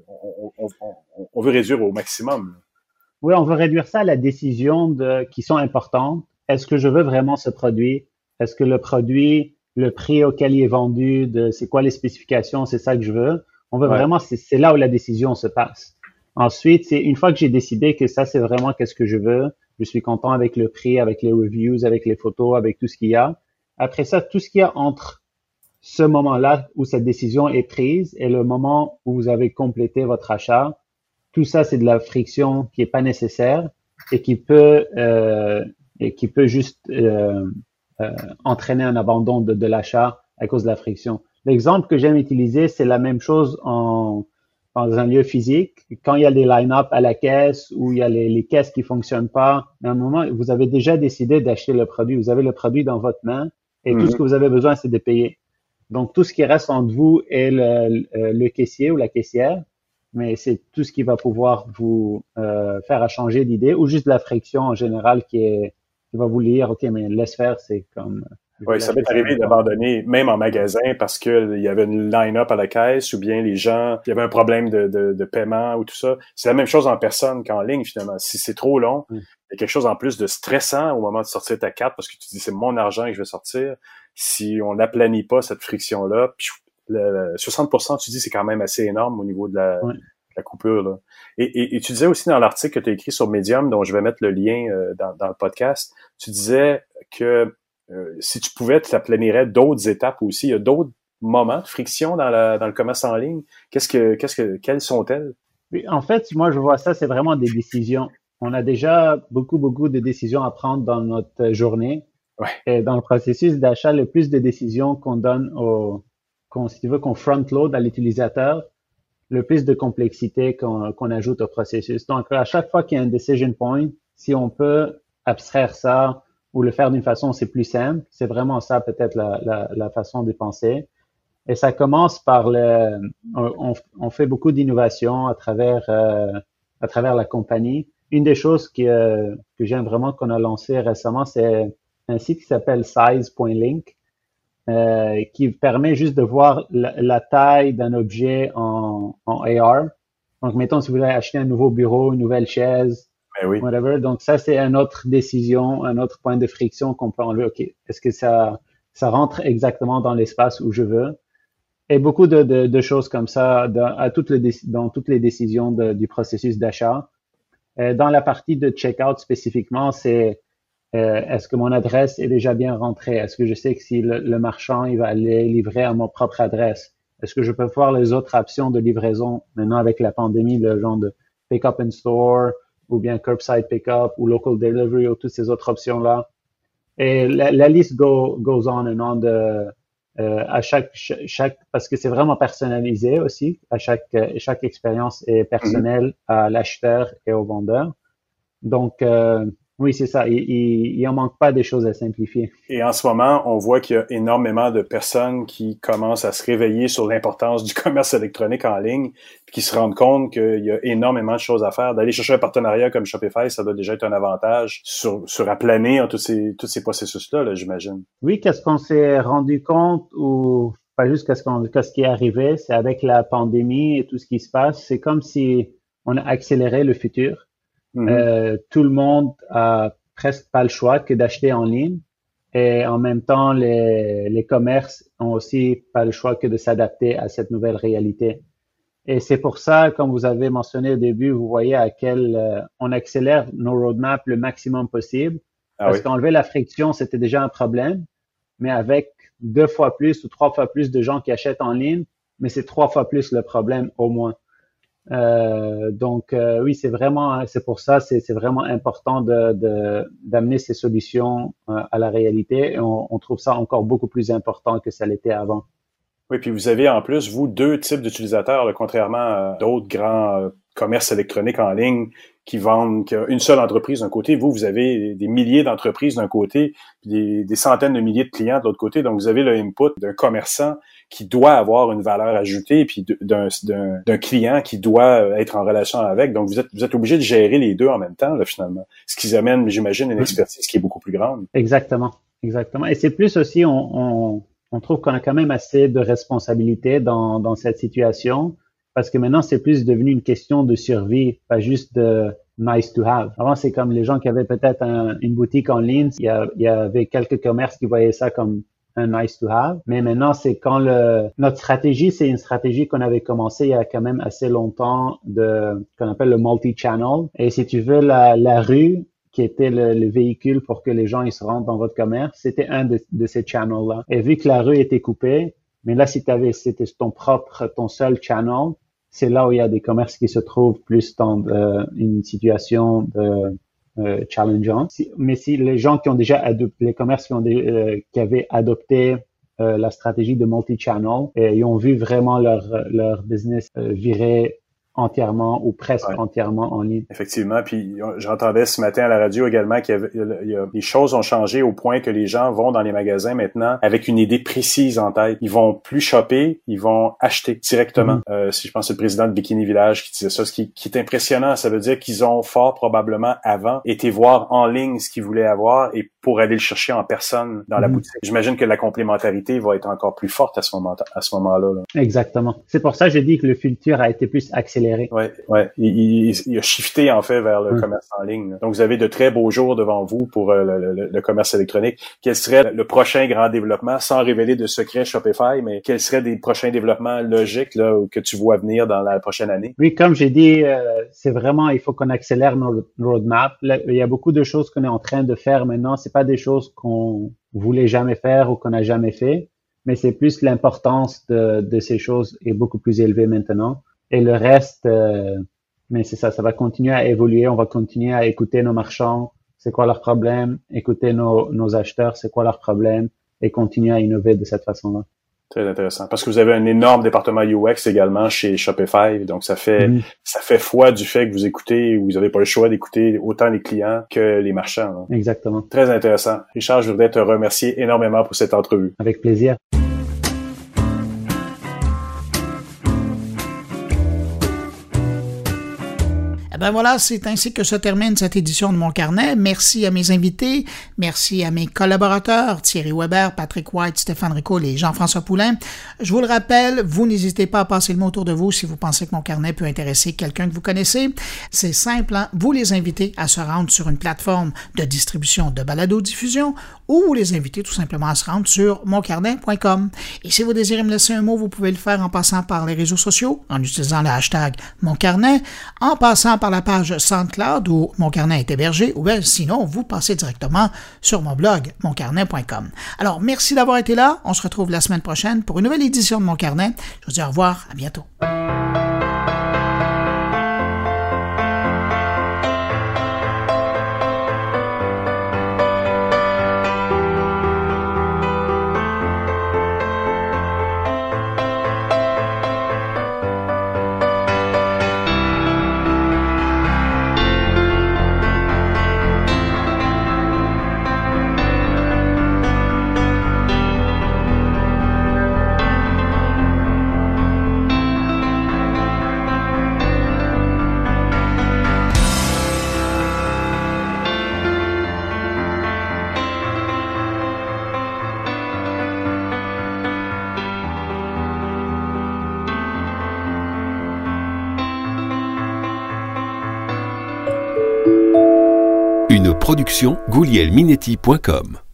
On veut réduire au maximum. Oui, on veut réduire ça à la décision qui sont importantes. Est-ce que je veux vraiment ce produit? Est-ce que le produit, le prix auquel il est vendu, c'est quoi les spécifications, c'est ça que je veux? On veut vraiment, c'est là où la décision se passe. Ensuite, c'est une fois que j'ai décidé que ça, c'est vraiment qu'est-ce que je veux, je suis content avec le prix, avec les reviews, avec les photos, avec tout ce qu'il y a. Après ça, tout ce qu'il y a entre ce moment-là où cette décision est prise et le moment où vous avez complété votre achat, tout ça, c'est de la friction qui est pas nécessaire et qui peut juste entraîner un abandon de l'achat à cause de la friction. L'exemple que j'aime utiliser, c'est la même chose dans un lieu physique. Quand il y a des line-up à la caisse ou il y a les caisses qui fonctionnent pas, à un moment, vous avez déjà décidé d'acheter le produit. Vous avez le produit dans votre main et tout ce que vous avez besoin, c'est de payer. Donc, tout ce qui reste entre vous et le caissier ou la caissière, mais c'est tout ce qui va pouvoir vous faire à changer d'idée ou juste de la friction en général qui va vous dire, OK, mais laisse faire, c'est comme... Oui, ça m'est arrivé d'abandonner, même en magasin, parce que il y avait une line-up à la caisse ou bien les gens, il y avait un problème de paiement ou tout ça. C'est la même chose en personne qu'en ligne, finalement. Si c'est trop long, il y a quelque chose en plus de stressant au moment de sortir ta carte parce que tu dis, c'est mon argent que je vais sortir. Si on n'aplanit pas cette friction-là, 60%, tu dis, c'est quand même assez énorme au niveau de la coupure, là. Et tu disais aussi dans l'article que tu as écrit sur Medium, dont je vais mettre le lien dans le podcast, tu disais que si tu pouvais, tu aplanirais d'autres étapes aussi. Il y a d'autres moments de friction dans le commerce en ligne. Quelles sont-elles? En fait, moi, je vois ça, c'est vraiment des décisions. On a déjà beaucoup de décisions à prendre dans notre journée. Ouais. Et dans le processus d'achat, le plus de décisions qu'on donne si tu veux, qu'on front-load à l'utilisateur, le plus de complexité qu'on ajoute au processus. Donc, à chaque fois qu'il y a un decision point, si on peut abstraire ça ou le faire d'une façon c'est plus simple, c'est vraiment ça peut-être la façon de penser. Et ça commence par on fait beaucoup d'innovations à travers la compagnie. Une des choses que j'aime vraiment qu'on a lancé récemment, c'est un site qui s'appelle size.link, qui permet juste de voir la taille d'un objet en AR. Donc, mettons, si vous voulez acheter un nouveau bureau, une nouvelle chaise, whatever. Donc, ça, c'est une autre décision, un autre point de friction qu'on peut enlever. OK, est-ce que ça rentre exactement dans l'espace où je veux? Et beaucoup de choses comme ça dans toutes les décisions du processus d'achat. Dans la partie de checkout spécifiquement, c'est est-ce que mon adresse est déjà bien rentrée? Est-ce que je sais que si le marchand il va aller livrer à mon propre adresse? Est-ce que je peux voir les autres options de livraison maintenant avec la pandémie, le genre de pick-up in store ou bien curbside pick-up ou local delivery ou toutes ces autres options-là? Et la liste goes on and on à chaque parce que c'est vraiment personnalisé aussi. À chaque expérience est personnelle à l'acheteur et au vendeur. Donc, Oui, c'est ça. Il en manque pas des choses à simplifier. Et en ce moment, on voit qu'il y a énormément de personnes qui commencent à se réveiller sur l'importance du commerce électronique en ligne, puis qui se rendent compte qu'il y a énormément de choses à faire. D'aller chercher un partenariat comme Shopify, ça doit déjà être un avantage sur aplanir tous ces processus-là, là, j'imagine. Oui, qu'est-ce qu'on s'est rendu compte, ou pas juste qu'est-ce qui est arrivé, c'est avec la pandémie et tout ce qui se passe, c'est comme si on a accéléré le futur. Tout le monde a presque pas le choix que d'acheter en ligne, et en même temps les commerces ont aussi pas le choix que de s'adapter à cette nouvelle réalité. Et c'est pour ça, comme vous avez mentionné au début, vous voyez à quel on accélère nos roadmaps le maximum possible, parce qu'enlever la friction, c'était déjà un problème, mais avec 2 fois plus ou 3 fois plus de gens qui achètent en ligne, mais c'est 3 fois plus le problème au moins. Donc oui, c'est pour ça, c'est vraiment important d'amener ces solutions à la réalité, et on trouve ça encore beaucoup plus important que ça l'était avant. Oui, puis vous avez en plus, vous, 2 types d'utilisateurs, là, contrairement à d'autres grands commerces électroniques en ligne qui vendent qu'une seule entreprise d'un côté. Vous avez des milliers d'entreprises d'un côté, puis des centaines de milliers de clients de l'autre côté. Donc, vous avez le input d'un commerçant qui doit avoir une valeur ajoutée, puis d'un client qui doit être en relation avec. Donc, vous êtes obligé de gérer les deux en même temps, là, finalement. Ce qui amène, j'imagine, une expertise qui est beaucoup plus grande. Exactement. Et c'est plus aussi, on trouve qu'on a quand même assez de responsabilité dans cette situation, parce que maintenant, c'est plus devenu une question de survie, pas juste de nice to have. Avant, c'est comme les gens qui avaient peut-être une boutique en ligne, il y avait quelques commerces qui voyaient ça comme un nice to have. Mais maintenant, c'est quand notre stratégie, c'est une stratégie qu'on avait commencé il y a quand même assez longtemps qu'on appelle le multi-channel. Et si tu veux, la rue, qui était le véhicule pour que les gens ils se rendent dans votre commerce, c'était un de ces channels-là. Et vu que la rue était coupée, mais là, c'était ton seul channel, c'est là où il y a des commerces qui se trouvent plus dans une situation challengeante. Mais si les gens qui ont déjà adopté, les commerces qui avaient adopté la stratégie de multi-channel, ils ont vu vraiment leur business virer entièrement ou presque entièrement en ligne. Effectivement, puis j'entendais ce matin à la radio également les choses ont changé au point que les gens vont dans les magasins maintenant avec une idée précise en tête. Ils vont plus shopper, ils vont acheter directement. Si je pense que c'est le président de Bikini Village qui disait ça, ce qui est impressionnant, ça veut dire qu'ils ont fort probablement avant été voir en ligne ce qu'ils voulaient avoir et pour aller le chercher en personne dans la boutique. J'imagine que la complémentarité va être encore plus forte à ce moment-là. Là. Exactement. C'est pour ça que je dis que le futur a été plus accéléré. Ouais. Il a shifté en fait vers le commerce en ligne. Donc vous avez de très beaux jours devant vous pour le commerce électronique. Quel serait le prochain grand développement, sans révéler de secret Shopify, mais quels seraient des prochains développements logiques là que tu vois venir dans la prochaine année? Oui, comme j'ai dit, c'est vraiment, il faut qu'on accélère nos roadmaps. Il y a beaucoup de choses qu'on est en train de faire maintenant. C'est pas des choses qu'on voulait jamais faire ou qu'on n'a jamais fait, mais c'est plus l'importance de ces choses est beaucoup plus élevée maintenant. Et le reste, mais c'est ça va continuer à évoluer. On va continuer à écouter nos marchands, c'est quoi leur problème, écouter nos acheteurs, c'est quoi leur problème, et continuer à innover de cette façon-là. Très intéressant. Parce que vous avez un énorme département UX également chez Shopify, donc ça fait foi du fait que vous n'avez pas le choix d'écouter autant les clients que les marchands. Hein. Exactement. Très intéressant. Richard, je voudrais te remercier énormément pour cette entrevue. Avec plaisir. Ben voilà, c'est ainsi que se termine cette édition de Mon Carnet. Merci à mes invités, merci à mes collaborateurs, Thierry Weber, Patrick White, Stéphane Ricoul et Jean-François Poulain. Je vous le rappelle, vous n'hésitez pas à passer le mot autour de vous si vous pensez que Mon Carnet peut intéresser quelqu'un que vous connaissez. C'est simple, hein? Vous les invitez à se rendre sur une plateforme de distribution de balado-diffusion ou vous les invitez tout simplement à se rendre sur moncarnet.com. Et si vous désirez me laisser un mot, vous pouvez le faire en passant par les réseaux sociaux, en utilisant le hashtag Moncarnet, en passant par la page SoundCloud où Mon Carnet est hébergé, ou bien sinon, vous passez directement sur mon blog, moncarnet.com. Alors, merci d'avoir été là. On se retrouve la semaine prochaine pour une nouvelle édition de Mon Carnet. Je vous dis au revoir. À bientôt. Une production goulielminetti.com.